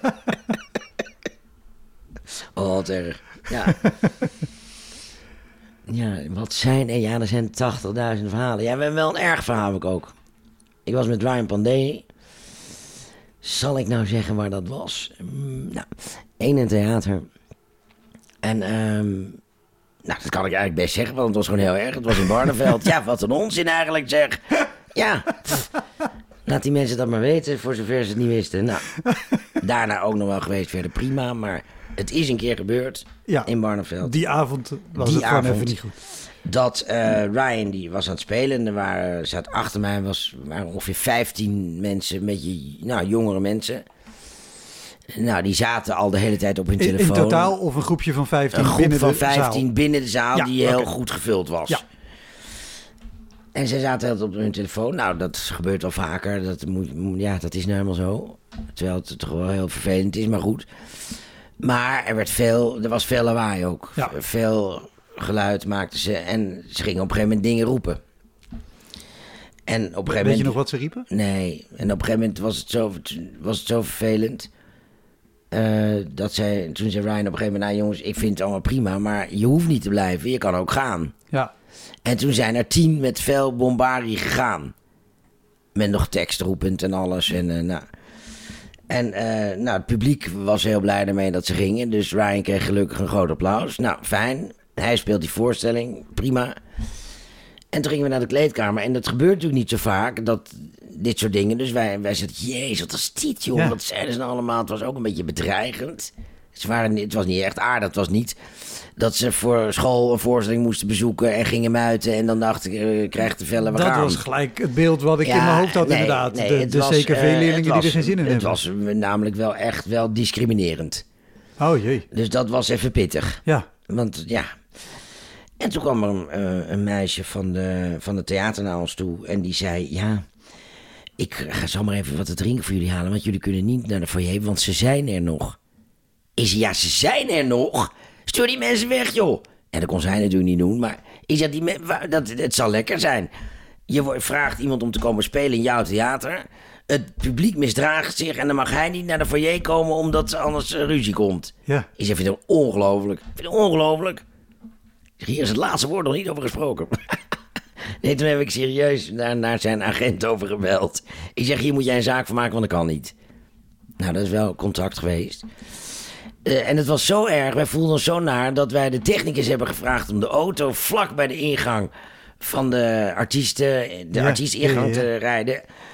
Oh, wat erg. Ja. Ja, wat zijn er? Ja, er zijn tachtigduizend verhalen. Ja, we hebben wel een erg verhaal heb ik ook. Ik was met Ryan Pandey. Zal ik nou zeggen waar dat was? Mm, nou, één in theater. En, um, nou, dat kan ik eigenlijk best zeggen, want het was gewoon heel erg. Het was in Barneveld. Ja, wat een onzin eigenlijk, zeg. Ja, laat die mensen dat maar weten, voor zover ze het niet wisten. Nou, daarna ook nog wel geweest, verder prima, maar het is een keer gebeurd ja, in Barneveld. Die avond was die het gewoon avond, even niet goed. Dat uh, Ryan, die was aan het spelen. En er waren, zat achter mij was, waren ongeveer vijftien mensen, een beetje nou, jongere mensen. Nou, die zaten al de hele tijd op hun in, telefoon. In totaal of een groepje van vijftien een groep binnen van de vijftien zaal? binnen de zaal Ja, die okay. heel goed gevuld was. Ja. En zij zaten altijd op hun telefoon. Nou, dat gebeurt wel vaker. Dat moet, ja, dat is nou helemaal zo. Terwijl het toch wel heel vervelend is, maar goed. Maar er werd veel, er was veel lawaai ook. Ja. Veel geluid maakten ze. En ze gingen op een gegeven moment dingen roepen. En op een gegeven Weet moment, je nog wat ze riepen? Nee. En op een gegeven moment was het zo, was het zo vervelend. Uh, dat zij, toen zei Ryan op een gegeven moment, nou jongens, ik vind het allemaal prima, maar je hoeft niet te blijven, je kan ook gaan. Ja. En toen zijn er tien met veel bombarie gegaan. Met nog tekst roepend en alles. En, uh, nou. en uh, nou, het publiek was heel blij ermee dat ze gingen. Dus Ryan kreeg gelukkig een groot applaus. Nou, fijn. Hij speelt die voorstelling, prima. En toen gingen we naar de kleedkamer. En dat gebeurt natuurlijk niet zo vaak, dat, dit soort dingen. Dus wij, wij zeiden, jezus, wat is dit, joh? Ja. Wat zeiden ze nou allemaal? Het was ook een beetje bedreigend. Ze waren, het was niet echt aardig, het was niet dat ze voor school een voorstelling moesten bezoeken en gingen muiten. En dan dacht ik, uh, krijg de vellen, we dat gaan. was gelijk het beeld wat ik ja, in mijn hoofd had, nee, inderdaad. Nee, de de was, C K V-leerlingen uh, die er geen zin in het hebben. Het was namelijk wel echt wel discriminerend. Oh jee. Dus dat was even pittig. Ja. Want ja. En toen kwam er een, uh, een meisje van de, van de theater naar ons toe. En die zei, ja, ik ga zo maar even wat te drinken voor jullie halen. Want jullie kunnen niet naar de foyer, want ze zijn er nog. Ik zei, ja, ze zijn er nog. Stuur die mensen weg, joh. En dat kon zij natuurlijk niet doen. Maar ik zei, die me- dat, het zal lekker zijn. Je vraagt iemand om te komen spelen in jouw theater. Het publiek misdraagt zich en dan mag hij niet naar de foyer komen omdat anders ruzie komt. Ja. Ik zei, vind het ongelooflijk. Ik vind het ongelooflijk. Hier is het laatste woord nog niet over gesproken. Nee, toen heb ik serieus naar, naar zijn agent over gebeld. Ik zeg, hier moet jij een zaak van maken, want dat kan niet. Nou, dat is wel contact geweest. Uh, en het was zo erg, wij voelden ons zo naar... dat wij de technicus hebben gevraagd om de auto vlak bij de ingang van de artiesten... de ja, artiestingang ja, ja. te rijden.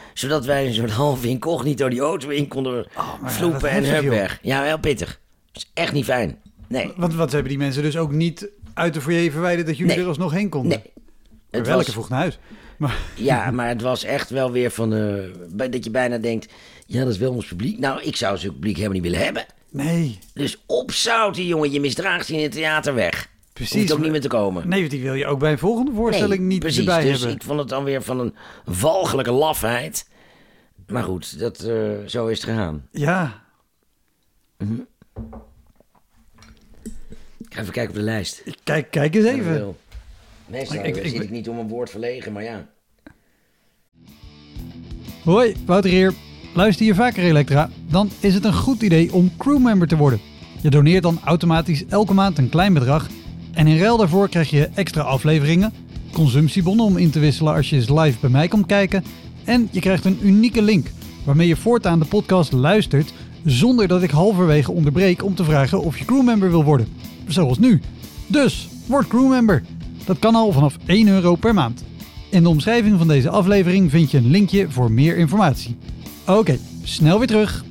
Zodat wij een soort half incognito die auto in konden Oh, maar vloepen ja, en heftig, hup joh. weg. Ja, heel pittig. Dat is echt niet fijn. Nee. Want, want ze hebben die mensen dus ook niet uit de foyer verwijderd dat jullie Nee. er alsnog heen konden. Nee. Het Welke was, vroeg naar huis. Maar, ja, maar het was echt wel weer van... Uh, dat je bijna denkt... Ja, dat is wel ons publiek. Nou, ik zou zo'n publiek helemaal niet willen hebben. nee, Dus opzouten, jongen. Je misdraagt je in het theater weg. precies. Hoeft ook niet meer te komen. Nee, want die wil je ook bij een volgende voorstelling Nee, niet precies. erbij Dus hebben. ik vond het dan weer van een walgelijke lafheid. Maar goed, dat, uh, zo is het gegaan. Ja, Ik ga even kijken op de lijst. kijk, kijk eens Wat ik even. wil. Meestal Ik- ik- zit ik- ik niet om een woord verlegen, maar ja. Hoi, Wouter hier. Luister je vaker Elektra? Dan is het een goed idee om crewmember te worden. Je doneert dan automatisch elke maand een klein bedrag. En in ruil daarvoor krijg je extra afleveringen, consumptiebonnen om in te wisselen als je eens live bij mij komt kijken. En je krijgt een unieke link waarmee je voortaan de podcast luistert zonder dat ik halverwege onderbreek om te vragen of je crewmember wil worden. Zoals nu. Dus, word crewmember. Dat kan al vanaf één euro per maand. In de omschrijving van deze aflevering vind je een linkje voor meer informatie. Oké, snel weer terug.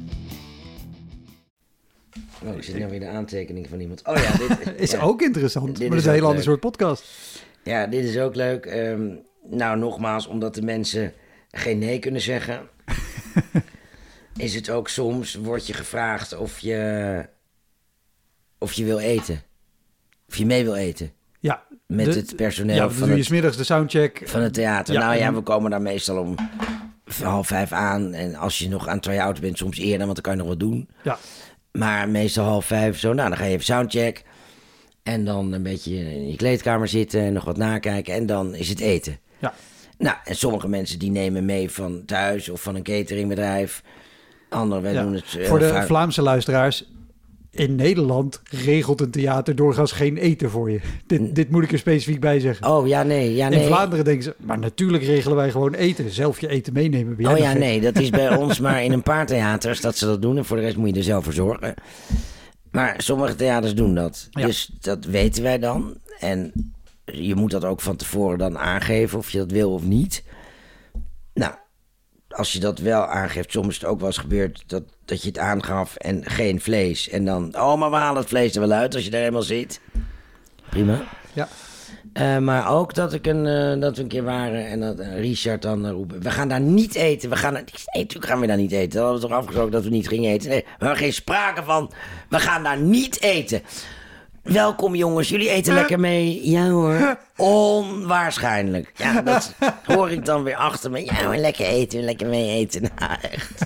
Oh, ik zit nu weer de aantekening van iemand. Oh ja, dit Is ja. ook interessant, Dit maar is dat is een ook heel ander leuk. soort podcast. Ja, dit is ook leuk. Um, nou, nogmaals, omdat de mensen geen nee kunnen zeggen... is het ook soms, wordt je gevraagd of je... of je wil eten. Of je mee wil eten. Ja, Met de- het personeel Ja, dan van doe je het- 's middags de soundcheck. Van het theater. Ja, nou ja, en- we komen daar meestal om half vijf aan. En als je nog aan het try-out bent, soms eerder, want dan kan je nog wat doen. Ja, Maar meestal half vijf zo. Nou, dan ga je even soundcheck. En dan een beetje in je kleedkamer zitten en nog wat nakijken. En dan is het eten. ja. Nou, en sommige mensen die nemen mee van thuis of van een cateringbedrijf. Anderen, wij ja. doen het... eh, Voor de vaak- Vlaamse luisteraars. In Nederland regelt een theater doorgaans geen eten voor je. Dit, dit moet ik er specifiek bij zeggen. Oh, ja, nee. Ja, nee. In Vlaanderen denken ze, maar natuurlijk regelen wij gewoon eten. Zelf je eten meenemen. Ben jij Oh nog ja, gek? nee, dat is bij ons maar in een paar theaters dat ze dat doen. En voor de rest moet je er zelf voor zorgen. Maar sommige theaters doen dat. Ja. Dus dat weten wij dan. En je moet dat ook van tevoren dan aangeven of je dat wil of niet. Nou, als je dat wel aangeeft, soms is het ook wel eens gebeurd dat, dat je het aangaf en geen vlees. En dan, oh, maar we halen het vlees er wel uit als je daar helemaal zit. Prima. Ja. Uh, maar ook dat, ik een, uh, dat we een keer waren en dat uh, Richard dan uh, roept... We gaan daar niet eten. We gaan daar, nee, natuurlijk gaan we daar niet eten. Dat hadden we toch afgesproken dat we niet gingen eten. Nee, we hebben geen sprake van. We gaan daar niet eten. Welkom jongens, jullie eten lekker mee. Ja hoor, onwaarschijnlijk. Ja, dat hoor ik dan weer achter me. Ja hoor, lekker eten, lekker mee eten. Nou, echt.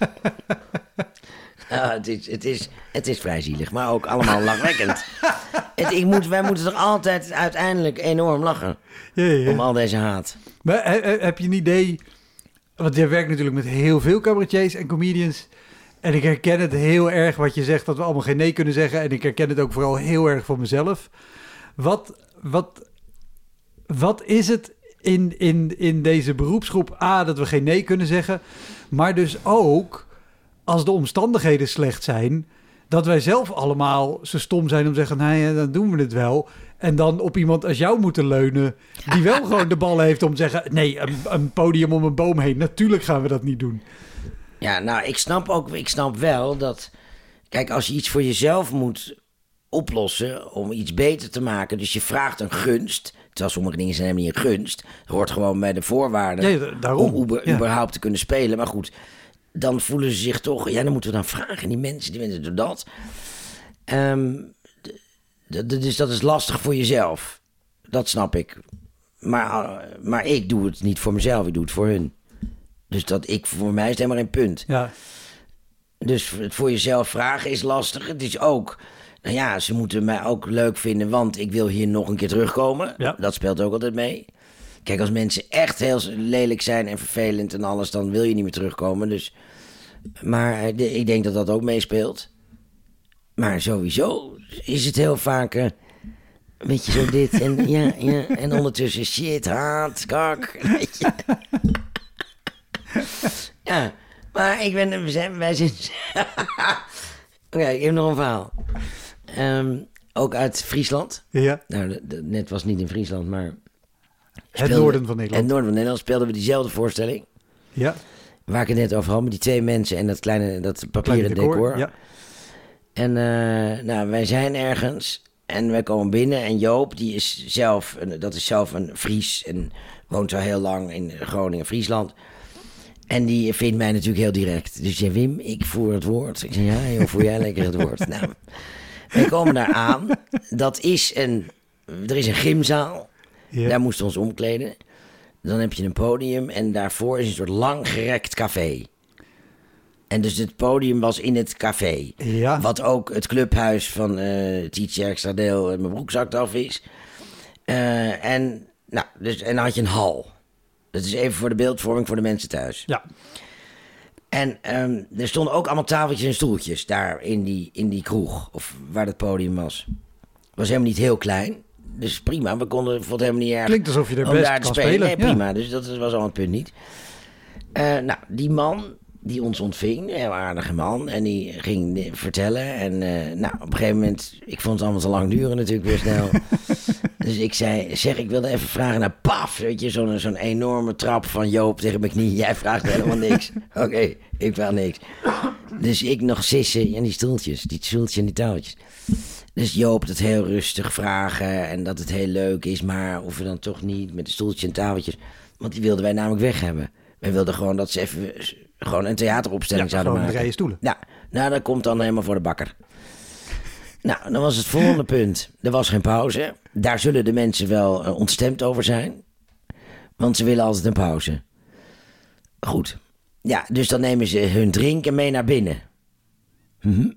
Uh, het, is, het, is, het is vrij zielig, maar ook allemaal lachwekkend. Het, ik moet, wij moeten toch altijd uiteindelijk enorm lachen. Ja, ja, ja. Om al deze haat. Maar he- he- heb je een idee... Want jij werkt natuurlijk met heel veel cabaretiers en comedians. En ik herken het heel erg wat je zegt, dat we allemaal geen nee kunnen zeggen. En ik herken het ook vooral heel erg van mezelf. Wat, wat, wat is het in, in, in deze beroepsgroep? A, dat we geen nee kunnen zeggen. Maar dus ook, als de omstandigheden slecht zijn... dat wij zelf allemaal zo stom zijn om te zeggen... nou ja, dan doen we het wel. En dan op iemand als jou moeten leunen... die wel gewoon de bal heeft om te zeggen... nee, een, een podium om een boom heen. Natuurlijk gaan we dat niet doen. Ja, nou, ik snap ook, ik snap wel dat... Kijk, als je iets voor jezelf moet oplossen om iets beter te maken... dus je vraagt een gunst... terwijl sommige dingen zijn helemaal niet een gunst... dat hoort gewoon bij de voorwaarden Ja, da- daarom. om uber, Ja. überhaupt te kunnen spelen. Maar goed, dan voelen ze zich toch... ja, dan moeten we dan vragen. Die mensen, die mensen doen dat. Ehm, d- d- dus dat is lastig voor jezelf. Dat snap ik. Maar, uh, maar ik doe het niet voor mezelf, ik doe het voor hun. Dus dat ik, voor mij is het helemaal geen punt. Ja, Dus het voor jezelf vragen is lastig. Het is ook, nou ja, ze moeten mij ook leuk vinden, want ik wil hier nog een keer terugkomen. Ja. Dat speelt ook altijd mee. Kijk, als mensen echt heel lelijk zijn en vervelend en alles, dan wil je niet meer terugkomen. Dus, maar eh, de- ik denk dat dat ook meespeelt. Maar sowieso is het heel vaak, eh, weet je, zo dit en ja, ja. En ondertussen shit, haat, kak, weet je. Ja, maar ik ben, we zijn, wij zijn... Oké, ik heb nog een verhaal. Ehm, ook uit Friesland. ja. Nou, de- de- net was niet in Friesland, maar... Het speelden- noorden van Nederland. Het noorden van Nederland speelden we diezelfde voorstelling. Ja, Waar ik het net over had, met die twee mensen en dat kleine dat papieren Kleine decor, decor. Ja. En uh, nou, wij zijn ergens en wij komen binnen en Joop, die is zelf, dat is zelf een Fries en woont al heel lang in Groningen, Friesland. En die vindt mij natuurlijk heel direct. Dus zei, Wim, ik voer het woord. Ik zei, ja joh, voer jij lekker het woord. Nou, wij komen daar aan. Dat is een, er is een gymzaal. Yeah. Daar moesten we ons omkleden. Dan heb je een podium en daarvoor is een soort langgerekt café. En dus het podium was in het café. Ja. Wat ook het clubhuis van uh, Tietje Extra Deel en mijn broekzak af is. Uh, en, nou, dus, en dan had je een hal. Dat is even voor de beeldvorming voor de mensen thuis. Ja. En um, er stonden ook allemaal tafeltjes en stoeltjes daar in die, in die kroeg. Of waar het podium was. Het was helemaal niet heel klein. Dus prima, we konden het helemaal niet erg. Klinkt alsof je er best daar kan spelen. spelen. Nee, prima. Ja. Dus dat was al het punt niet. Uh, nou, die man die ons ontving, een heel aardige man. En die ging vertellen. En uh, nou, op een gegeven moment, ik vond het allemaal te lang duren natuurlijk weer snel. Dus ik zei, zeg, ik wilde even vragen naar paf. Weet je, zo'n, zo'n enorme trap van Joop tegen mijn knie. Jij vraagt helemaal niks. Oké, okay, ik vraag niks. Dus ik nog sissen en die stoeltjes, die stoeltjes en die touwtjes. Dus Joop dat heel rustig vragen en dat het heel leuk is, maar of we dan toch niet met de stoeltjes en tafeltjes. Want die wilden wij namelijk weg hebben. Wij wilden gewoon dat ze even gewoon een theateropstelling ja, zouden maken. Ja, rijen stoelen. Ja, nou dat komt dan helemaal voor de bakker. Nou, dan was het volgende punt. Er was geen pauze. Daar zullen de mensen wel uh, ontstemd over zijn. Want ze willen altijd een pauze. Goed. Ja, dus dan nemen ze hun drinken mee naar binnen. Mm-hmm.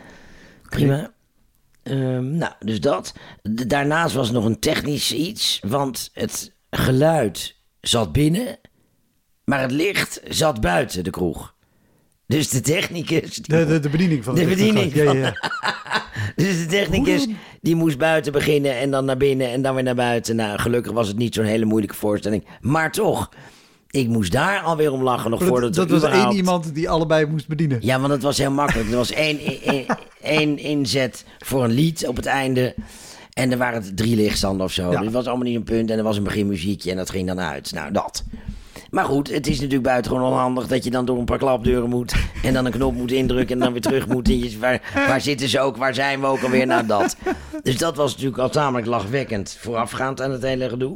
Prima. Um, nou, dus dat. D- daarnaast was nog een technisch iets. Want het geluid zat binnen. Maar het licht zat buiten de kroeg. Dus de technicus... Die de, de, de bediening van de, de bediening. Ja, ja, ja. Dus de technicus die moest buiten beginnen en dan naar binnen en dan weer naar buiten. Nou, gelukkig was het niet zo'n hele moeilijke voorstelling. Maar toch, ik moest daar alweer om lachen nog dat, voordat dat we was überhaupt... één iemand die allebei moest bedienen. Ja, want het was heel makkelijk. Er was één, één, één inzet voor een lied op het einde. En er waren drie lichtstanden of zo. Ja. Dus het was allemaal niet een punt. En er was een beginmuziekje en dat ging dan uit. Nou, dat... Maar goed, het is natuurlijk buitengewoon onhandig dat je dan door een paar klapdeuren moet. En dan een knop moet indrukken en dan weer terug moet. En je, waar, waar zitten ze ook? Waar zijn we ook alweer? Nou, dat. Dus dat was natuurlijk al tamelijk lachwekkend voorafgaand aan het hele gedoe.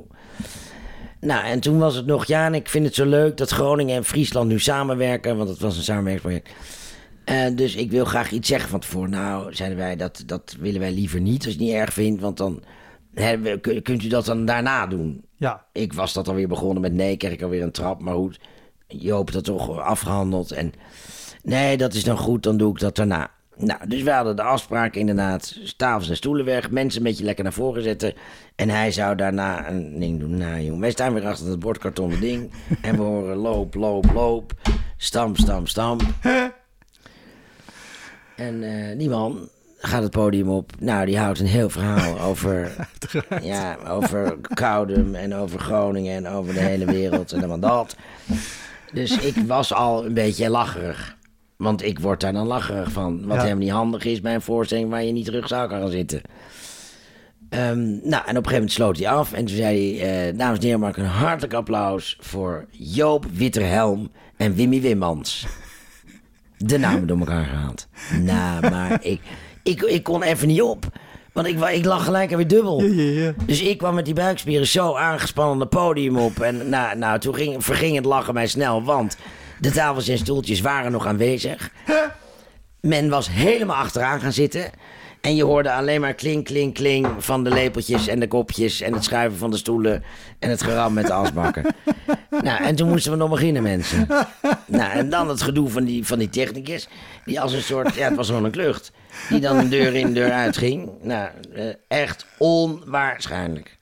Nou, en toen was het nog, ja, en ik vind het zo leuk dat Groningen en Friesland nu samenwerken. Want het was een samenwerkingsproject. Uh, dus ik wil graag iets zeggen van tevoren. Nou, zeiden wij, dat, dat willen wij liever niet als je het niet erg vindt. Want dan he, kunt u dat dan daarna doen. Ja. Ik was dat alweer begonnen met nee, kreeg ik alweer een trap. Maar goed, Joop dat toch afgehandeld. En nee, dat is dan goed, dan doe ik dat daarna. Nou, dus we hadden de afspraak inderdaad. Tafels en stoelen weg, mensen een beetje lekker naar voren zetten. En hij zou daarna een ding doen. Nou jongen, wij staan weer achter het bordkartonnen ding. En we horen loop, loop, loop. Stamp, stamp, stamp. En uh, die man gaat het podium op. Nou, die houdt een heel verhaal over, ja, over Koudum en over Groningen en over de hele wereld en dan dat. Dus ik was al een beetje lacherig. Want ik word daar dan lacherig van. Wat ja. helemaal niet handig is bij een voorstelling waar je niet terug zou kan gaan zitten. Um, nou, en op een gegeven moment sloot hij af. En toen zei hij, uh, dames en heren, maak een hartelijk applaus voor Joop Witterhelm en Wimmy Wimmans. De namen door elkaar gehaald. Nou, maar ik, ik, ik kon even niet op. Want ik, ik lag gelijk weer dubbel. Ja, ja, ja. Dus ik kwam met die buikspieren zo aangespannen het podium op. En nou, nou toen ging, verging het lachen mij snel. Want de tafels en stoeltjes waren nog aanwezig. Men was helemaal achteraan gaan zitten. En je hoorde alleen maar kling, kling, kling van de lepeltjes en de kopjes en het schuiven van de stoelen en het geram met de asbakken. Nou, en toen moesten we nog beginnen, mensen. Nou, en dan het gedoe van die, van die technicus, die als een soort, ja, het was gewoon een klucht, die dan een deur in, deur uit ging. Nou, uh, echt onwaarschijnlijk.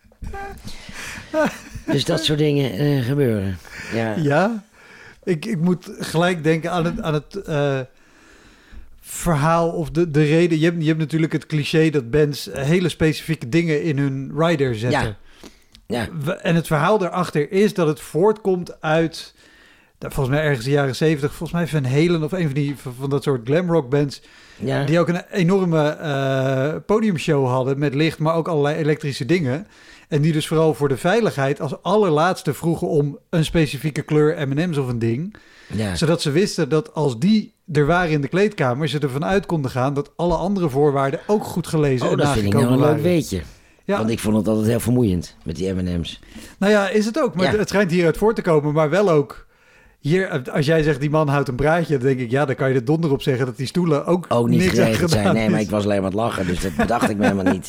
Dus dat soort dingen uh, gebeuren. Ja, ja ik, ik moet gelijk denken aan het... Aan het uh... verhaal of de, de reden. Je hebt, je hebt natuurlijk het cliché dat bands hele specifieke dingen in hun rider zetten. Ja. Ja. En het verhaal daarachter is dat het voortkomt uit, volgens mij ergens de jaren zeventig, volgens mij Van Halen of een van die van dat soort glamrock bands, ja. Die ook een enorme uh, podiumshow hadden met licht, maar ook allerlei elektrische dingen. En die dus vooral voor de veiligheid als allerlaatste vroegen om een specifieke kleur M en M's of een ding. Ja. Zodat ze wisten dat als die er waren in de kleedkamer, ze ervan uit konden gaan dat alle andere voorwaarden ook goed gelezen oh, en dat vind ik nou nagekomen een leuk waren. weetje. Ja. Want ik vond het altijd heel vermoeiend met die M en M's. Nou ja, is het ook. Maar Ja. het schijnt hieruit voor te komen, maar wel ook... Hier, als jij zegt die man houdt een praatje, dan denk ik, ja, dan kan je er donder op zeggen dat die stoelen ook, Ook niet niks aan geregeld zijn. gedaan Nee, maar is. ik was alleen maar aan het lachen, dus dat bedacht ik me helemaal niet.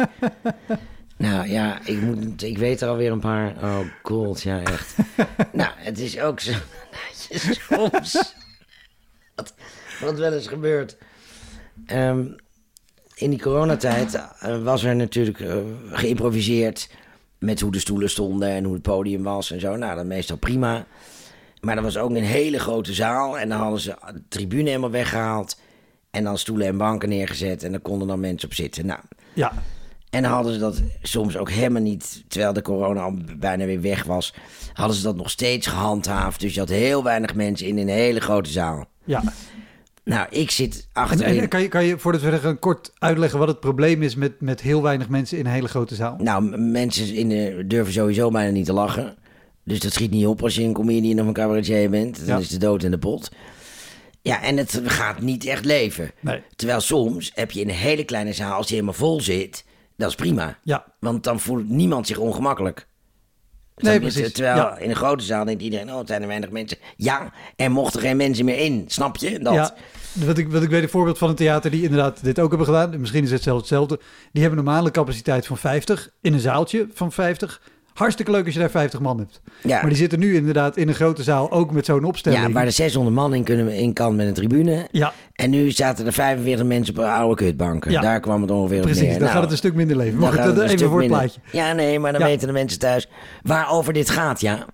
Nou ja, ik, moet, ik weet er alweer een paar. Oh god, ja echt. Nou, het is ook zo dat je soms... Wat, wat wel eens gebeurt. Ehm, in die coronatijd uh, was er natuurlijk uh, geïmproviseerd met hoe de stoelen stonden en hoe het podium was en zo. Nou, dat meestal prima. Maar er was ook een hele grote zaal en dan hadden ze de tribune helemaal weggehaald en dan stoelen en banken neergezet en daar konden dan mensen op zitten. Nou, Ja, en dan hadden ze dat soms ook helemaal niet, terwijl de corona al bijna weer weg was, hadden ze dat nog steeds gehandhaafd. Dus je had heel weinig mensen in een hele grote zaal. ja. Nou, ik zit En, achterin. en kan, je, kan je, voordat we zeggen, kort uitleggen wat het probleem is met, met heel weinig mensen in een hele grote zaal? Nou, m- mensen in de, durven sowieso bijna niet te lachen. Dus dat schiet niet op als je een comedian of een cabaretier bent. Dan Ja. is de dood in de pot. Ja, en het gaat niet echt leven. Nee. Terwijl soms heb je in een hele kleine zaal, als die helemaal vol zit, dat is prima. Ja, Want dan voelt niemand zich ongemakkelijk. nee, Snap je? precies. Terwijl Ja. in een grote zaal denkt iedereen, oh, het zijn er weinig mensen. Ja, er mochten geen mensen meer in. Snap je? Dat. Ja, wat ik, wat ik weet, een voorbeeld van een theater die inderdaad dit ook hebben gedaan. Misschien is het zelfs hetzelfde. Die hebben normaal een capaciteit van vijftig in een zaaltje van vijftig. Hartstikke leuk als je daar vijftig man hebt. Ja. Maar die zitten nu inderdaad in een grote zaal ook met zo'n opstelling. Ja, waar er zeshonderd man in, kunnen, in kan met een tribune. Ja, En nu zaten er vijfenveertig mensen op oude kutbanken. Ja. Daar kwam het ongeveer op precies. neer. Dan Nou, gaat het een stuk minder leven. Maar dan goed, gaat dat het een even stuk voor het minder. plaatje. Ja, nee, maar dan Ja. weten de mensen thuis waarover dit gaat, ja.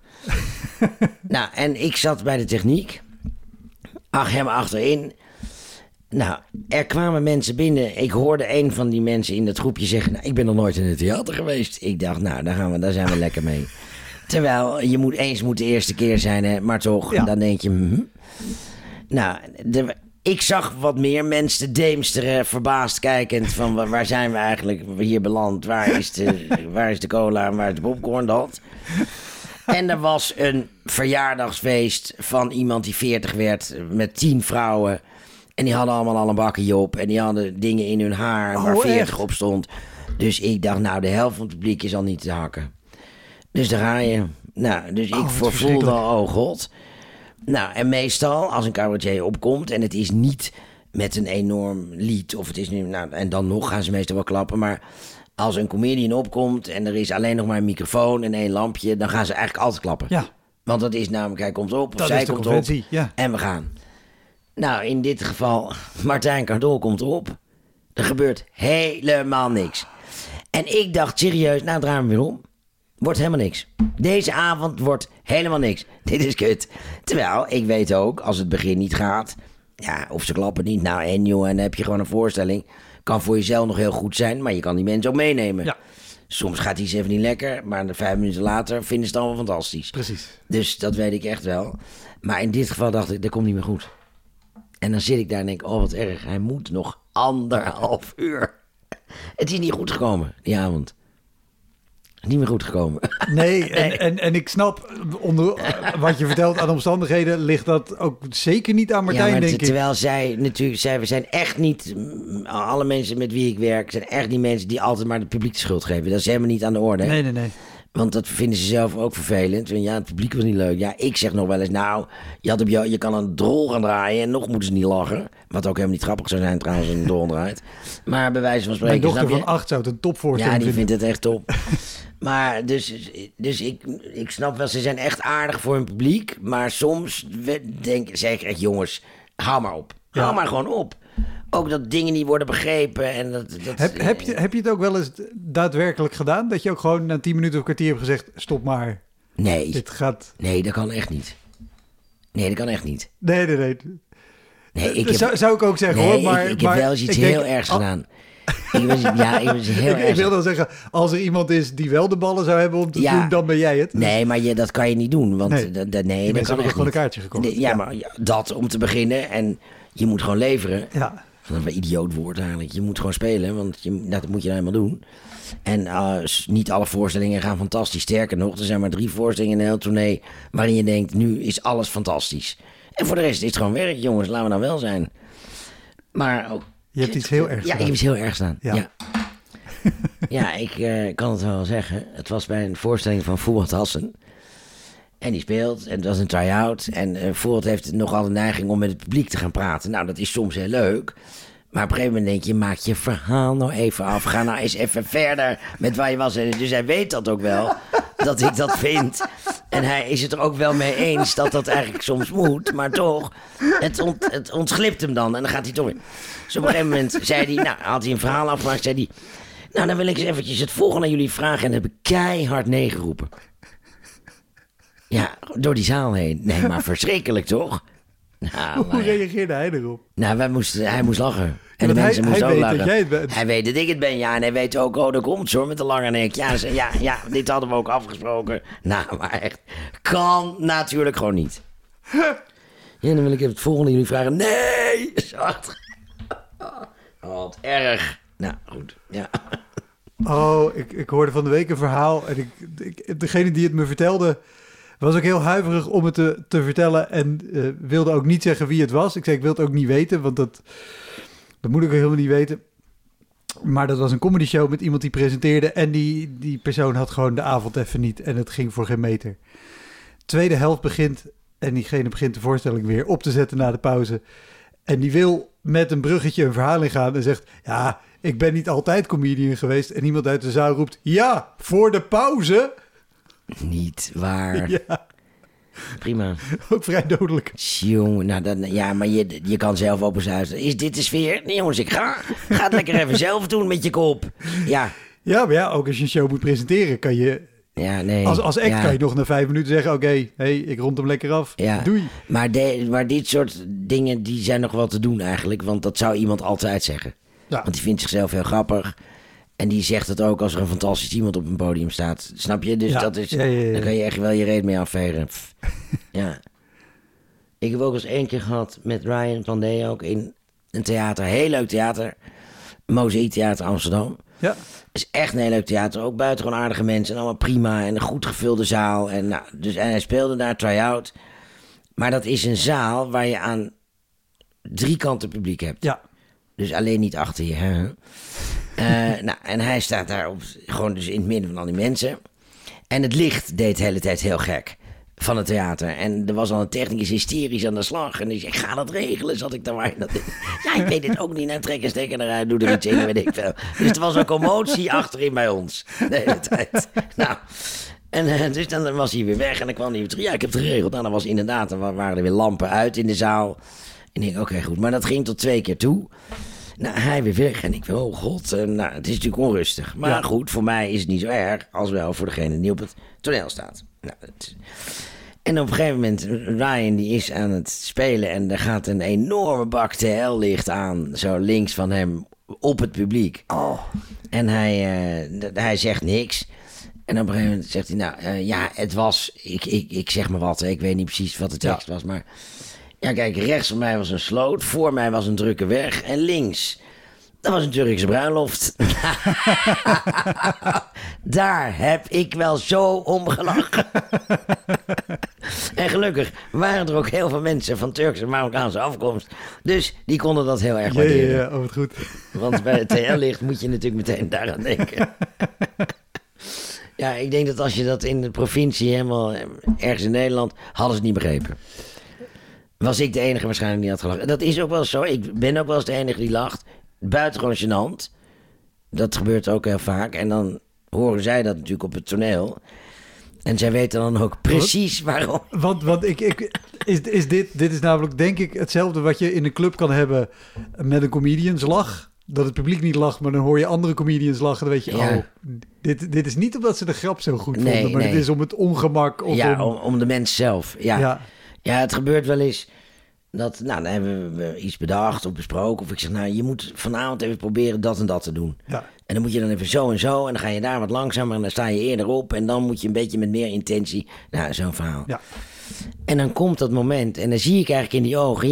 Nou, en ik zat bij de techniek. Ach, helemaal achterin. Nou, er kwamen mensen binnen. Ik hoorde een van die mensen in dat groepje zeggen, nou, ik ben nog nooit in het theater geweest. Ik dacht, nou, daar, gaan we, daar zijn we lekker mee. Terwijl, je moet eens moet de eerste keer zijn, hè, maar toch, Ja. dan denk je... hm. Nou, de, ik zag wat meer mensen te deemsteren, verbaasd kijkend van waar, waar zijn we eigenlijk hier beland? Waar is de, waar is de cola en waar is de popcorn dat? En er was een verjaardagsfeest van iemand die veertig werd met tien vrouwen. En die hadden allemaal al een bakje op en die hadden dingen in hun haar waar Oh, veertig echt? op stond. Dus ik dacht, nou, de helft van het publiek is al niet te hakken. Dus daar ga je. Nou, dus ik Oh, wat vervoelde verschrikkelijk. al, oh god. Nou, en meestal als een cabaretier opkomt en het is niet met een enorm lied of het is nu, nou, en dan nog gaan ze meestal wel klappen, maar als een comedian opkomt en er is alleen nog maar een microfoon en één lampje, dan gaan ze eigenlijk altijd klappen. Ja, Want dat is namelijk, hij komt op of dat zij is de komt conventie. op Ja. en we gaan. Nou, in dit geval, Martijn Cardol komt op. Er gebeurt helemaal niks. En ik dacht serieus, nou draaien we weer om. Wordt helemaal niks. Deze avond wordt helemaal niks. Dit is kut. Terwijl, ik weet ook, als het begin niet gaat... Ja, of ze klappen niet. Nou, en joh, en dan heb je gewoon een voorstelling. Kan voor jezelf nog heel goed zijn, maar je kan die mensen ook meenemen. Ja. Soms gaat iets even niet lekker, maar vijf minuten later vinden ze het allemaal fantastisch. Precies. Dus dat weet ik echt wel. Maar in dit geval dacht ik, dat komt niet meer goed. En dan zit ik daar en denk, oh wat erg. Hij moet nog anderhalf uur. Het is niet goed gekomen, die avond. Niet meer goed gekomen. Nee, en, en, en ik snap, onder wat je vertelt aan omstandigheden, ligt dat ook zeker niet aan Martijn, ja, maar denk te- ik. terwijl zij natuurlijk, zij, we zijn echt niet, mm, alle mensen met wie ik werk, zijn echt niet mensen die altijd maar het publiek de schuld geven. Dat is helemaal niet aan de orde. Nee, nee, nee. Want dat vinden ze zelf ook vervelend. Want ja, het publiek was niet leuk. Ja, ik zeg nog wel eens, nou, je, had op jou, je kan een drol gaan draaien en nog moeten ze niet lachen. Wat ook helemaal niet grappig zou zijn trouwens, als een drol draait. Maar bij wijze van Mijn spreken, dochter snap je? van acht zou het een topvoorstelling Ja, die vinden. vindt het echt top. Maar dus, dus ik, ik snap wel, ze zijn echt aardig voor hun publiek. Maar soms we- denk, zeg ik echt, jongens, hou maar op. Ja. Hou maar gewoon op. Ook dat dingen niet worden begrepen. En dat, dat, Heb, heb, je, heb je het ook wel eens daadwerkelijk gedaan? Dat je ook gewoon na tien minuten of kwartier hebt gezegd, stop maar, Nee, dit gaat... nee, dat kan echt niet. Nee, dat kan echt niet. Nee, nee, nee. Nee, ik Dat zou, heb, zou ik ook zeggen nee, hoor, maar... ik, ik maar heb wel eens iets ik denk- heel ergs al- gedaan. Ik was, ja, ik was heel Ik, ik erg. wil dan zeggen, als er iemand is die wel de ballen zou hebben om te Ja. doen, dan ben jij het. Nee, maar je, dat kan je niet doen. Want Nee. nee, dat, nee, Die dat mensen kan hebben echt gewoon een niet. kaartje gekocht. Nee, ja, Ja. maar ja, dat om te beginnen. En je moet gewoon leveren. Ja, Dat is een idioot woord eigenlijk. Je moet gewoon spelen, want je, dat moet je nou helemaal doen. En uh, niet alle voorstellingen gaan fantastisch. Sterker nog, er zijn maar drie voorstellingen in een heel tournee waarin je denkt, nu is alles fantastisch. En voor de rest is het gewoon werk, jongens. Laten we nou wel zijn. Maar ook... Je hebt iets heel ergs Ja, gedaan. ik heb iets heel ergs gedaan. Ja, ja. ja ik uh, kan het wel zeggen. Het was bij een voorstelling van Fuad Hassan. En die speelt. En het was een try-out. En uh, Fuad heeft nogal de neiging om met het publiek te gaan praten. Nou, dat is soms heel leuk. Maar op een gegeven moment denk je, maak je verhaal nou even af. Ga nou eens even verder met waar je was. En dus hij weet dat ook wel, dat ik dat vind. En hij is het er ook wel mee eens dat dat eigenlijk soms moet. Maar toch, het, ont, het ontglipt hem dan. En dan gaat hij toch weer. Dus op een gegeven moment zei hij, nou, had hij een verhaal afgemaakt. Zei hij, nou, dan wil ik eens eventjes het volgende aan jullie vragen. En dan heb ik keihard nee geroepen. Ja, door die zaal heen. Nee, maar verschrikkelijk toch? Nou, Hoe maar, reageerde hij erop? nou, wij moesten, hij moest lachen. En de Want mensen hij, moesten hij ook weet lachen. dat jij het bent. Hij weet dat ik het ben, ja. En hij weet ook, oh, dat komt zo hoor, met de lange nek. Ja, ze- ja, ja, dit hadden we ook afgesproken. Nou, maar echt, kan natuurlijk gewoon niet. Ja, dan wil ik even het volgende jullie vragen. Nee! Zacht. Oh, wat erg. Nou, goed, ja. Oh, ik, ik hoorde van de week een verhaal. En ik, ik, degene die het me vertelde, was ook heel huiverig om het te, te vertellen. En uh, wilde ook niet zeggen wie het was. Ik zei, ik wil het ook niet weten, want dat, dat moet ik ook helemaal niet weten. Maar dat was een comedy show met iemand die presenteerde. En die, die persoon had gewoon de avond even niet. En het ging voor geen meter. Tweede helft begint. En diegene begint de voorstelling weer op te zetten na de pauze. En die wil met een bruggetje een verhaal ingaan. En zegt, ja, ik ben niet altijd comedian geweest. En iemand uit de zaal roept, ja, voor de pauze. Niet waar. Ja, Prima. ook vrij dodelijk. Jongen, nou dan, ja, maar je, je kan zelf op eens luisteren. Is dit de sfeer? Nee jongens, ik ga. Ga het lekker even zelf doen met je kop. Ja, Ja, maar ja, ook als je een show moet presenteren, kan je... ja, nee. Als, als act ja. kan je nog na vijf minuten zeggen, oké, okay, hey, ik rond hem lekker af. Ja. Doei. Maar, de, maar dit soort dingen, die zijn nog wel te doen eigenlijk. Want dat zou iemand altijd zeggen. Ja. Want die vindt zichzelf heel grappig. En die zegt het ook als er een fantastisch iemand op een podium staat. Snap je? Dus Ja. dat is, Ja, ja, ja. dan kan je echt wel je reet mee afvegen. Pff. Ja. Ik heb ook eens één keer gehad met Ryan van Dee ook in een theater. Heel leuk theater. Mozaïek Theater Amsterdam. Ja. Is echt een heel leuk theater. Ook buitengewoon aardige mensen. En allemaal prima. En een goed gevulde zaal. En, nou, dus, en hij speelde daar try-out. Maar dat is een zaal waar je aan drie kanten publiek hebt. Ja. Dus alleen niet achter je. Hè? Uh, nou, en hij staat daar op, gewoon dus in het midden van al die mensen. En het licht deed de hele tijd heel gek van het theater. En er was al een technicus hysterisch aan de slag. En die zei, ik ga dat regelen, zat ik daar waar. Dat ja, ik weet het ook niet. Nou, trek een stekker eruit, doe er iets in, weet ik veel. Dus er was een commotie achterin bij ons. De hele tijd. Nou, en uh, dus dan was hij weer weg. En dan kwam hij weer terug. Ja, ik heb het geregeld. Nou, dan was inderdaad, dan waren er weer lampen uit in de zaal. En ik denk, oké, okay, goed. Maar dat ging tot twee keer toe. Nou, hij weer weg. En ik wil, oh god, uh, nou, het is natuurlijk onrustig. Maar ja. Goed, voor mij is het niet zo erg. Als wel voor degene die op het toneel staat. Nou, het... En op een gegeven moment, Ryan die is aan het spelen. En er gaat een enorme bak T L-licht aan. Zo links van hem op het publiek. Oh. En hij, uh, d- hij zegt niks. En op een gegeven moment zegt hij, nou uh, ja, het was, ik, ik, ik zeg maar wat. Hè. Ik weet niet precies wat de tekst ja. was, maar... Ja, kijk, rechts van mij was een sloot. Voor mij was een drukke weg. En links, dat was een Turkse bruiloft. Daar heb ik wel zo om gelachen. En gelukkig waren er ook heel veel mensen van Turkse en Marokkaanse afkomst. Dus die konden dat heel erg waarderen. Ja, ja, ja, oh, wat goed. Want bij het T L-licht moet je natuurlijk meteen daaraan denken. Ja, ik denk dat als je dat in de provincie helemaal ergens in Nederland, hadden ze het niet begrepen. Was ik de enige waarschijnlijk die had gelachen. Dat is ook wel zo. Ik ben ook wel eens de enige die lacht. Buitengewoon gênant. Dat gebeurt ook heel vaak. En dan horen zij dat natuurlijk op het toneel. En zij weten dan ook precies waarom. Want, want ik, ik, is, is dit, dit is namelijk denk ik hetzelfde wat je in een club kan hebben met een comedians lach. Dat het publiek niet lacht, maar dan hoor je andere comedians lachen. Dan weet je, ja. oh, dit, dit is niet omdat ze de grap zo goed nee, vonden. Maar nee. het is om het ongemak. Of ja, om... om, om de mens zelf. Ja. Ja. ja, het gebeurt wel eens. Dat, nou, dan hebben we iets bedacht of besproken. Of ik zeg, nou, je moet vanavond even proberen dat en dat te doen. Ja. En dan moet je dan even zo en zo. En dan ga je daar wat langzamer en dan sta je eerder op. En dan moet je een beetje met meer intentie. Nou, zo'n verhaal. Ja. En dan komt dat moment. En dan zie ik eigenlijk in die ogen, ja,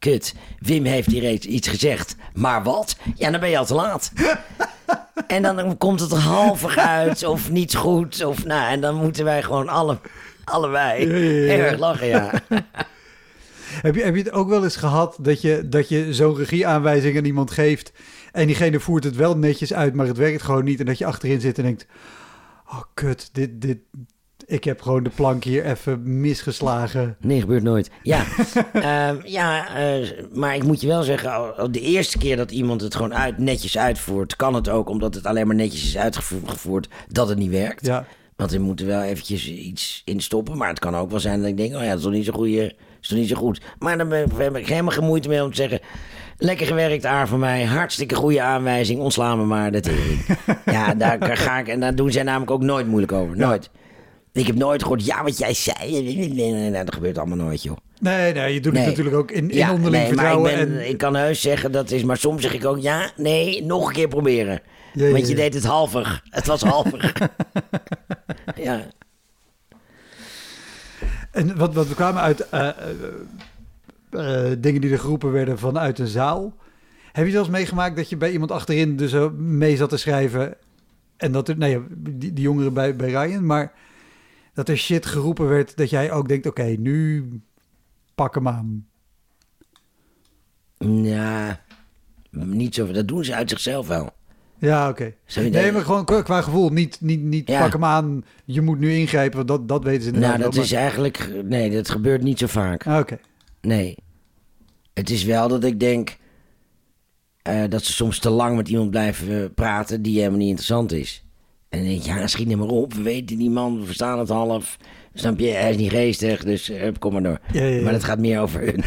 kut, Wim heeft hier reeds iets gezegd. Maar wat? Ja, dan ben je al te laat. En dan komt het er halvig uit of niet goed. Of, nou, en dan moeten wij gewoon alle, allebei Ja, ja, ja. erg lachen, ja. Heb je, heb je het ook wel eens gehad dat je, dat je zo'n regieaanwijzing aan iemand geeft en diegene voert het wel netjes uit, maar het werkt gewoon niet en dat je achterin zit en denkt, oh kut, dit, dit, ik heb gewoon de plank hier even misgeslagen. Nee, gebeurt nooit. Ja, uh, ja uh, maar ik moet je wel zeggen, de eerste keer dat iemand het gewoon uit, netjes uitvoert, kan het ook, omdat het alleen maar netjes is uitgevoerd, dat het niet werkt. Ja. Want we moeten wel eventjes iets instoppen, maar het kan ook wel zijn dat ik denk, oh ja, dat is toch niet zo goede... is toch niet zo goed. Maar dan heb ik helemaal geen moeite mee om te zeggen, lekker gewerkt, Aar, van mij. Hartstikke goede aanwijzing. Ontslaan me maar de tering. Ja, daar ga ik. En daar doen zij namelijk ook nooit moeilijk over. Nooit. Ja. Ik heb nooit gehoord, ja, wat jij zei. Dat gebeurt allemaal nooit, joh. Nee, nee, je doet nee. het natuurlijk ook in, in ja, onderling nee, vertrouwen. Maar ik, ben, en... ik kan heus zeggen, dat is... Maar soms zeg ik ook, ja, nee, nog een keer proberen. Ja, ja, Want je ja. deed het halvig. Het was halvig. Ja. En wat, wat we kwamen uit uh, uh, uh, dingen die er geroepen werden vanuit een zaal. Heb je zelfs meegemaakt dat je bij iemand achterin dus uh, mee zat te schrijven en dat er, nee, die, die jongeren bij, bij Ryan, maar dat er shit geroepen werd dat jij ook denkt, oké, okay, nu pak hem aan. Ja, niet zo. Dat doen ze uit zichzelf wel. Ja, oké. Okay. Nee, maar gewoon qua, qua gevoel. Niet, niet, niet ja. Pak hem aan, je moet nu ingrijpen, want dat, dat weten ze inderdaad. Nou, dat wel, is maar... eigenlijk... Nee, dat gebeurt niet zo vaak. Ah, oké. Okay. Nee. Het is wel dat ik denk... Uh, dat ze soms te lang met iemand blijven praten die helemaal niet interessant is. En dan denk je, ja, schiet hem maar op. We weten die man, we verstaan het half. Snap je? Hij is niet geestig, dus uh, kom maar door. Ja, ja, ja. Maar dat gaat meer over hun.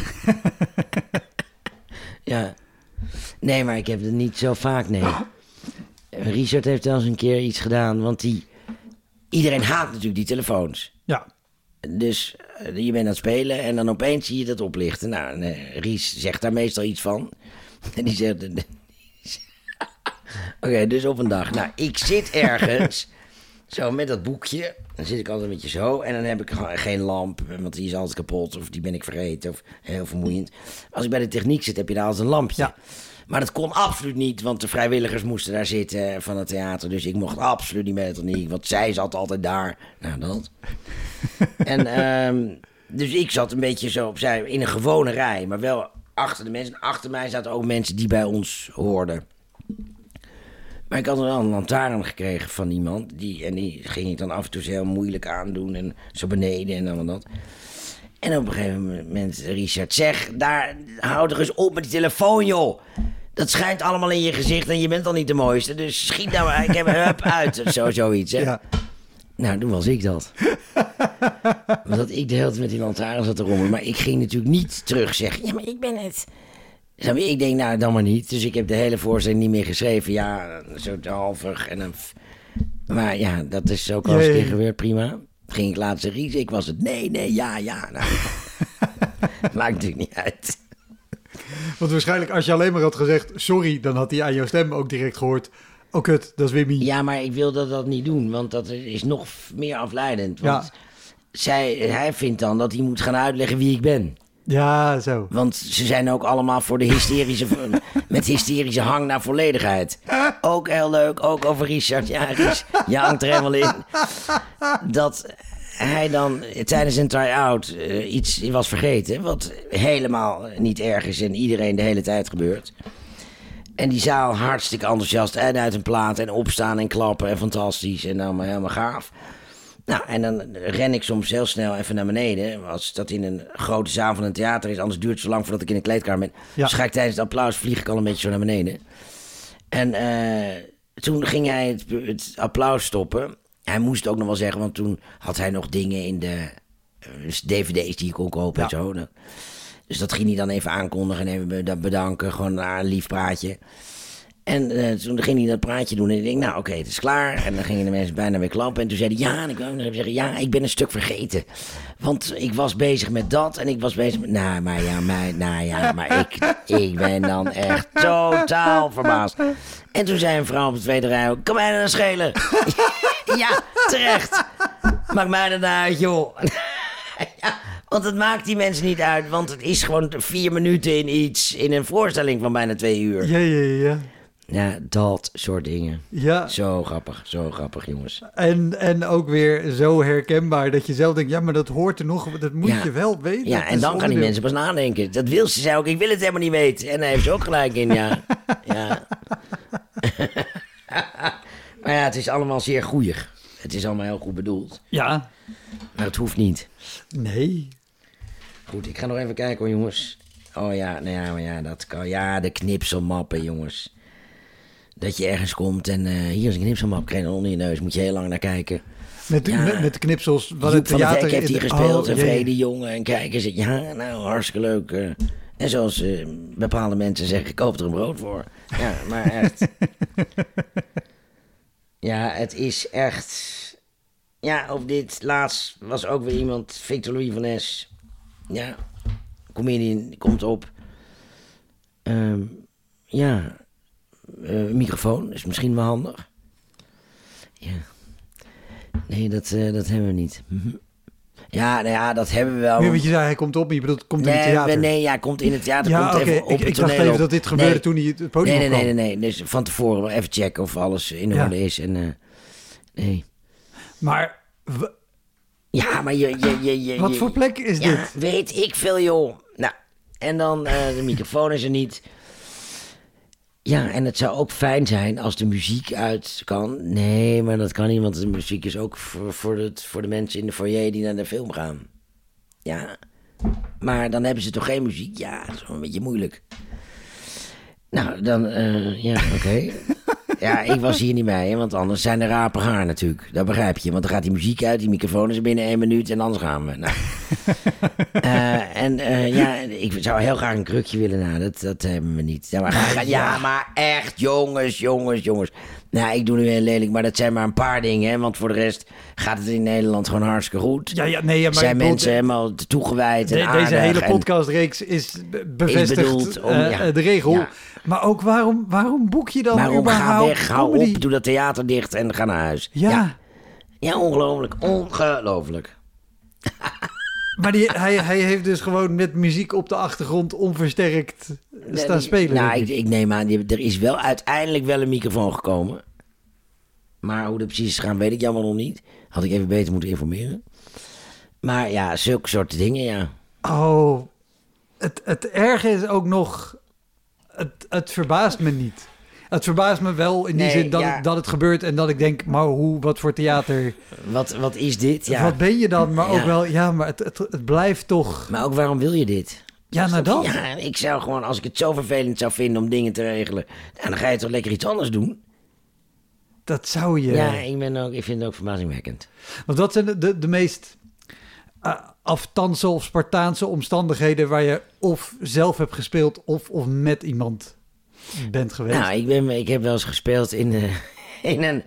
Ja. Nee, maar ik heb het niet zo vaak, nee. Richard heeft wel eens een keer iets gedaan, want die... Iedereen haat natuurlijk die telefoons. Ja. Dus uh, je bent aan het spelen en dan opeens zie je dat oplichten. Nou, uh, Ries zegt daar meestal iets van. En die zegt... Oké, okay, dus op een dag. Nou, ik zit ergens, zo met dat boekje. Dan zit ik altijd een beetje zo. En dan heb ik geen lamp, want die is altijd kapot. Of die ben ik vergeten, of heel vermoeiend. Als ik bij de techniek zit, heb je daar altijd een lampje. Ja. Maar dat kon absoluut niet, want de vrijwilligers moesten daar zitten van het theater. Dus ik mocht absoluut niet bij de techniek, want zij zat altijd daar. Nou, dat. En um, dus ik zat een beetje zo opzij, in een gewone rij, maar wel achter de mensen. Achter mij zaten ook mensen die bij ons hoorden. Maar ik had wel een lantaarn gekregen van iemand. Die, en die ging ik dan af en toe heel moeilijk aandoen. En zo beneden en dan en dat. En op een gegeven moment, Richard, zeg, daar, hou er eens op met die telefoon, joh. Dat schijnt allemaal in je gezicht en je bent al niet de mooiste. Dus schiet nou maar, ik heb hup uit. Zo, zoiets, hè. Ja. Nou, toen was ik dat. Want dat ik de hele tijd met die lantaarn zat te rommelen. Maar ik ging natuurlijk niet terug zeggen, ja, maar ik ben het. Ik denk, nou, dan maar niet. Dus ik heb de hele voorstelling niet meer geschreven. Ja, zo te halvig. En dan... Maar ja, dat is ook al eens een keer gebeurd, prima. Ging ik laatst zeggen, Ries, ik was het. Nee, nee, ja, ja. Nou, maakt natuurlijk niet uit. Want waarschijnlijk als je alleen maar had gezegd sorry, dan had hij aan jouw stem ook direct gehoord. Oh kut, dat is Wimmy. Ja, maar ik wilde dat niet doen, want dat is nog meer afleidend. Want ja. zij, hij vindt dan dat hij moet gaan uitleggen wie ik ben. Ja, zo. Want ze zijn ook allemaal voor de hysterische... met hysterische hang naar volledigheid. Ook heel leuk, ook over Richard. Ja, Ries, je hangt er helemaal in. Dat hij dan tijdens een try-out uh, iets was vergeten... wat helemaal niet erg is en iedereen de hele tijd gebeurt. En die zaal hartstikke enthousiast en uit een plaat en opstaan en klappen en fantastisch en allemaal helemaal gaaf. Nou, en dan ren ik soms heel snel even naar beneden. Als dat in een grote zaal van een theater is, anders duurt het zo lang voordat ik in een kleedkamer ben. Ja. Dus ga ik tijdens het applaus, vlieg ik al een beetje zo naar beneden. En uh, toen ging hij het, het applaus stoppen. Hij moest het ook nog wel zeggen, want toen had hij nog dingen in de uh, D V D's die ik kon kopen ja. en zo. Dus dat ging hij dan even aankondigen en even bedanken. Gewoon een lief praatje. En uh, toen ging hij dat praatje doen en ik denk, nou oké, okay, het is klaar. En dan gingen de mensen bijna weer klappen. En toen zei hij, ja, en ik wou nog even zeggen, ja, ik ben een stuk vergeten. Want ik was bezig met dat en ik was bezig met... Nou, maar ja, maar, nou ja, maar ik, ik ben dan echt totaal verbaasd. En toen zei een vrouw op de tweede rij ook, kan mij dan schelen? Ja, terecht. Maakt mij dan uit, joh. Ja, Want het maakt die mensen niet uit. Want het is gewoon vier minuten in iets. In een voorstelling van bijna twee uur. Ja, ja, ja. Ja, dat soort dingen. Ja. Zo grappig, zo grappig, jongens. En, en ook weer zo herkenbaar dat je zelf denkt... ja, maar dat hoort er nog, dat moet Ja. je wel weten. Ja, Dat en is dan gaan die onderdeel. mensen pas nadenken. Dat wil ze, zei ook, ik wil het helemaal niet weten. En daar heeft ze ook gelijk in, ja. ja. Maar ja, het is allemaal zeer goeig. Het is allemaal heel goed bedoeld. Ja. Maar het hoeft niet. Nee. Goed, ik ga nog even kijken hoor, jongens. Oh ja, nou ja, maar ja, dat kan. Ja, de knipselmappen, jongens. Dat je ergens komt en uh, hier is een knipselmap, krijg je onder je neus. Moet je heel lang naar kijken. Met de, Ja. met, met de knipsels. Wat Joep het van der theater Vek heeft in hier de- gespeeld. Oh, en jee. Vrede Jongen. En kijken zit. Ja, nou, hartstikke leuk. uh. En zoals uh, bepaalde mensen zeggen, ik koop er een brood voor. Ja, maar echt. Ja, het is echt... Ja, op dit laatst was ook weer iemand, Victor Louis van Es. Ja, comedian, die komt op. Ehm, ja, uh, microfoon is misschien wel handig. Ja. Nee, dat, uh, dat hebben we niet. Ja, nou ja, dat hebben we wel. Nu, wat je zei, hij komt op, maar je bedoelt, komt in het Nee, theater. nee, ja, komt in het theater. Ja, komt oké. even op Ik, het ik dacht toneel even op. dat dit gebeurde Nee. toen hij het podium Nee, nee, nee, opkwam. nee, nee. Dus van tevoren wel even checken of alles in Ja. orde is. En, uh, nee. Maar w- Ja, maar je... je, je, je wat je- voor plek is ja, dit? weet ik veel, joh. Nou, en dan uh, de microfoon is er niet. Ja, en het zou ook fijn zijn als de muziek uit kan. Nee, maar dat kan niet, want de muziek is ook voor, voor, het, voor de mensen in de foyer die naar de film gaan. Ja, maar dan hebben ze toch geen muziek? Ja, dat is wel een beetje moeilijk. Nou, dan, uh, ja, oké. Okay. Ja, ik was hier niet bij, hè, want anders zijn er rapen haar natuurlijk. Dat begrijp je, want dan gaat die muziek uit, die microfoon is er binnen één minuut en anders gaan we. Nou. uh, en uh, ja, ik zou heel graag een krukje willen, nou, dat, dat hebben we niet. Ja maar, ja, ja, maar echt, jongens, jongens, jongens. Nou, ik doe nu heel lelijk, maar dat zijn maar een paar dingen, hè, want voor de rest gaat het in Nederland gewoon hartstikke goed. Ja, ja, nee, ja, maar zijn ik bedoel, mensen helemaal toegewijd en de- aardig. Deze hele en- podcastreeks is be- bevestigd bedoeld om- eh, ja. de regel. Ja. Maar ook waarom, waarom boek je dan Waarom ga überhaupt weg, hou comedy? op, doe dat theater dicht en ga naar huis. Ja, ja, ja ongelooflijk, ongelooflijk. maar die, hij, hij heeft dus gewoon met muziek op de achtergrond onversterkt staan spelen. Nou, denk ik, ik. ik neem aan, die- er is wel uiteindelijk wel een microfoon gekomen. Maar hoe dat precies is gegaan, weet ik jammer nog niet. Had ik even beter moeten informeren. Maar ja, zulke soorten dingen, ja. Oh, het, het erge is ook nog... Het, het verbaast me niet. Het verbaast me wel in die Nee, zin dat, ja. het, dat het gebeurt en dat ik denk, maar hoe, wat voor theater, Wat, wat is dit? Ja. wat ben je dan? Maar ook Ja. wel, ja, maar het, het, het blijft toch... Maar ook waarom wil je dit? Ja, nou dat. Ja, ik zou gewoon, als ik het zo vervelend zou vinden om dingen te regelen... Nou, dan ga je toch lekker iets anders doen? Dat zou je... Ja, ik, ben ook, ik vind het ook verbazingwekkend. Want wat zijn de, de, de meest uh, aftanse of Spartaanse omstandigheden waar je of zelf hebt gespeeld of, of met iemand bent geweest? Nou, ik, ben, ik heb wel eens gespeeld in, de, in een...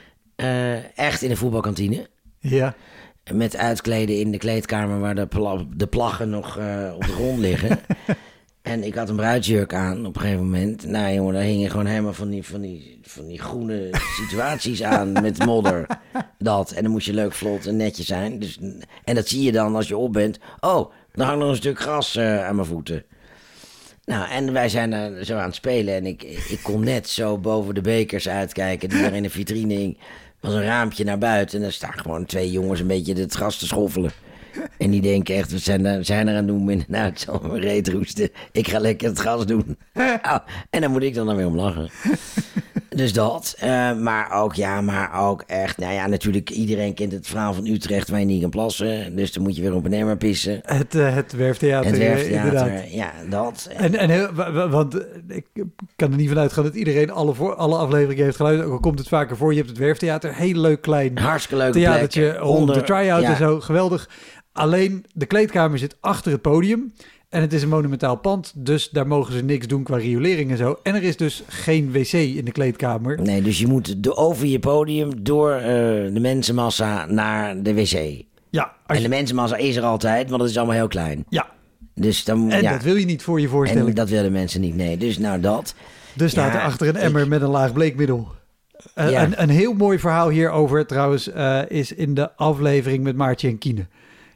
uh, echt in een voetbalkantine. Ja. Met uitkleden in de kleedkamer waar de, pla- de plaggen nog uh, op de grond liggen. En ik had een bruidsjurk aan op een gegeven moment. Nou jongen, daar hingen gewoon helemaal van die, van die, van die groene situaties aan met modder. Dat. En dan moest je leuk, vlot en netjes zijn. Dus, en dat zie je dan als je op bent. Oh, dan hangt nog een stuk gras uh, aan mijn voeten. Nou, en wij zijn uh, zo aan het spelen. En ik, ik kon net zo boven de bekers uitkijken die er in de vitrine hing. Er was een raampje naar buiten en daar staan gewoon twee jongens een beetje het gras te schoffelen. En die denken echt, we zijn er, zijn er aan het doen. Nou, het zal me reet roesten. Ik ga lekker het gas doen. Nou, en dan moet ik dan, dan weer om lachen. Dus dat. Uh, maar ook, ja, maar ook echt. Nou ja, natuurlijk, iedereen kent het verhaal van Utrecht waar je niet kan plassen. Dus dan moet je weer op een emmer pissen. Het, uh, het werftheater, Het werftheater, inderdaad. ja, dat. En, en heel, want ik kan er niet van uitgaan dat iedereen alle, voor, alle afleveringen heeft geluisterd. Ook al komt het vaker voor. Je hebt het werftheater, heel leuk klein Hartstikke leuke theatertje plek. rond Onder- de try-out ja. en zo. Geweldig. Alleen de kleedkamer zit achter het podium. En het is een monumentaal pand. Dus daar mogen ze niks doen qua riolering en zo. En er is dus geen wc in de kleedkamer. Nee, dus je moet de, over je podium door uh, de mensenmassa naar de wc. Ja, als En je, de mensenmassa is er altijd, want het is allemaal heel klein. ja. Dus dan, En ja. dat wil je niet voor je voorstelling. En dat willen mensen niet, nee. Dus nou dat. Dus staat Ja, er achter een emmer ik- met een laag bleekmiddel. Uh, Ja. een, een heel mooi verhaal hierover trouwens uh, is in de aflevering met Maartje en Kiene.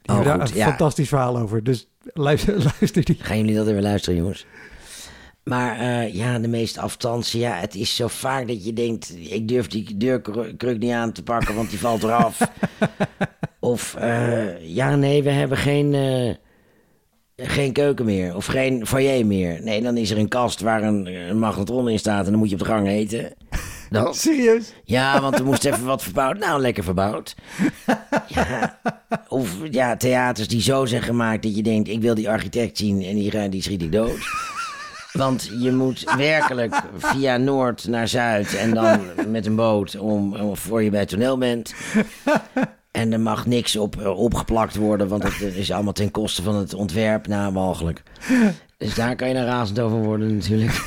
Die Oh, hebben goed, daar een ja. fantastisch verhaal over. Dus luister, luister die. Gaan jullie dat even luisteren, jongens? Maar uh, ja, de meeste afstandsen, ja, het is zo vaak dat je denkt... ik durf die deurkruk niet aan te pakken, want die valt eraf. Of, uh, ja, nee, we hebben geen, uh, geen keuken meer. Of geen foyer meer. Nee, dan is er een kast waar een, een magnetron in staat... en dan moet je op de gang eten. Dan, Serieus? ja, want er moest even wat verbouwd. Nou, lekker verbouwd. Ja, of ja, theaters die zo zijn gemaakt dat je denkt... ik wil die architect zien en die, die schiet ik dood. Want je moet werkelijk via Noord naar Zuid... en dan met een boot om, om voor je bij het toneel bent. En er mag niks op, opgeplakt worden... want dat is allemaal ten koste van het ontwerp. Nou, walgelijk. Dus daar kan je dan razend over worden natuurlijk.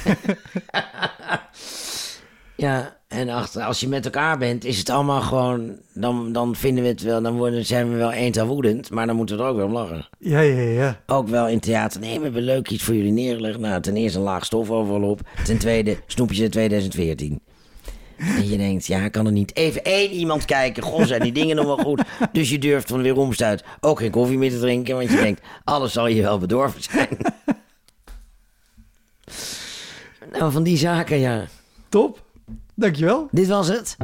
Ja, en achter, als je met elkaar bent, is het allemaal gewoon... Dan, dan vinden we het wel, dan worden, zijn we wel eenzaam woedend... maar dan moeten we er ook wel om lachen. Ja, ja, ja. Ook wel in theater. Nee, we hebben leuk iets voor jullie neergelegd. Nou, ten eerste een laag stof overal op. Ten tweede, snoepjes in twintig veertien. En je denkt, ja, kan er niet even één iemand kijken? Goh, zijn die dingen nog wel goed? Dus je durft van weer omstuit ook geen koffie meer te drinken... want je denkt, alles zal je wel bedorven zijn. Nou, van die zaken, ja. Top. Dankjewel. Dit was het.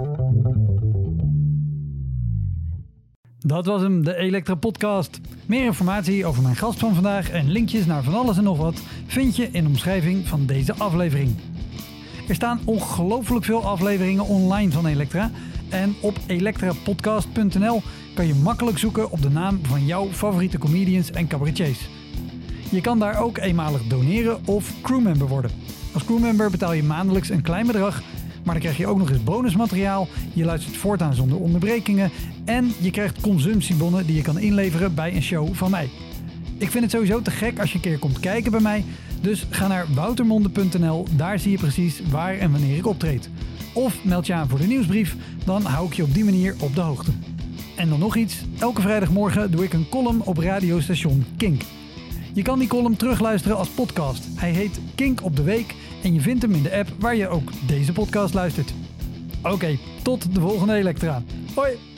Dat was hem, de Elektra Podcast. Meer informatie over mijn gast van vandaag en linkjes naar van alles en nog wat vind je in de omschrijving van deze aflevering. Er staan ongelooflijk veel afleveringen online van Elektra en op elektra podcast punt n l kan je makkelijk zoeken op de naam van jouw favoriete comedians en cabaretiers. Je kan daar ook eenmalig doneren of crewmember worden. Als crewmember betaal je maandelijks een klein bedrag, maar dan krijg je ook nog eens bonusmateriaal, je luistert voortaan zonder onderbrekingen en je krijgt consumptiebonnen die je kan inleveren bij een show van mij. Ik vind het sowieso te gek als je een keer komt kijken bij mij, dus ga naar woutermonde punt n l, daar zie je precies waar en wanneer ik optreed. Of meld je aan voor de nieuwsbrief, dan hou ik je op die manier op de hoogte. En dan nog iets, elke vrijdagmorgen doe ik een column op radiostation Kink. Je kan die column terugluisteren als podcast. Hij heet Kink op de Week en je vindt hem in de app waar je ook deze podcast luistert. Oké, tot de volgende Elektra. Hoi!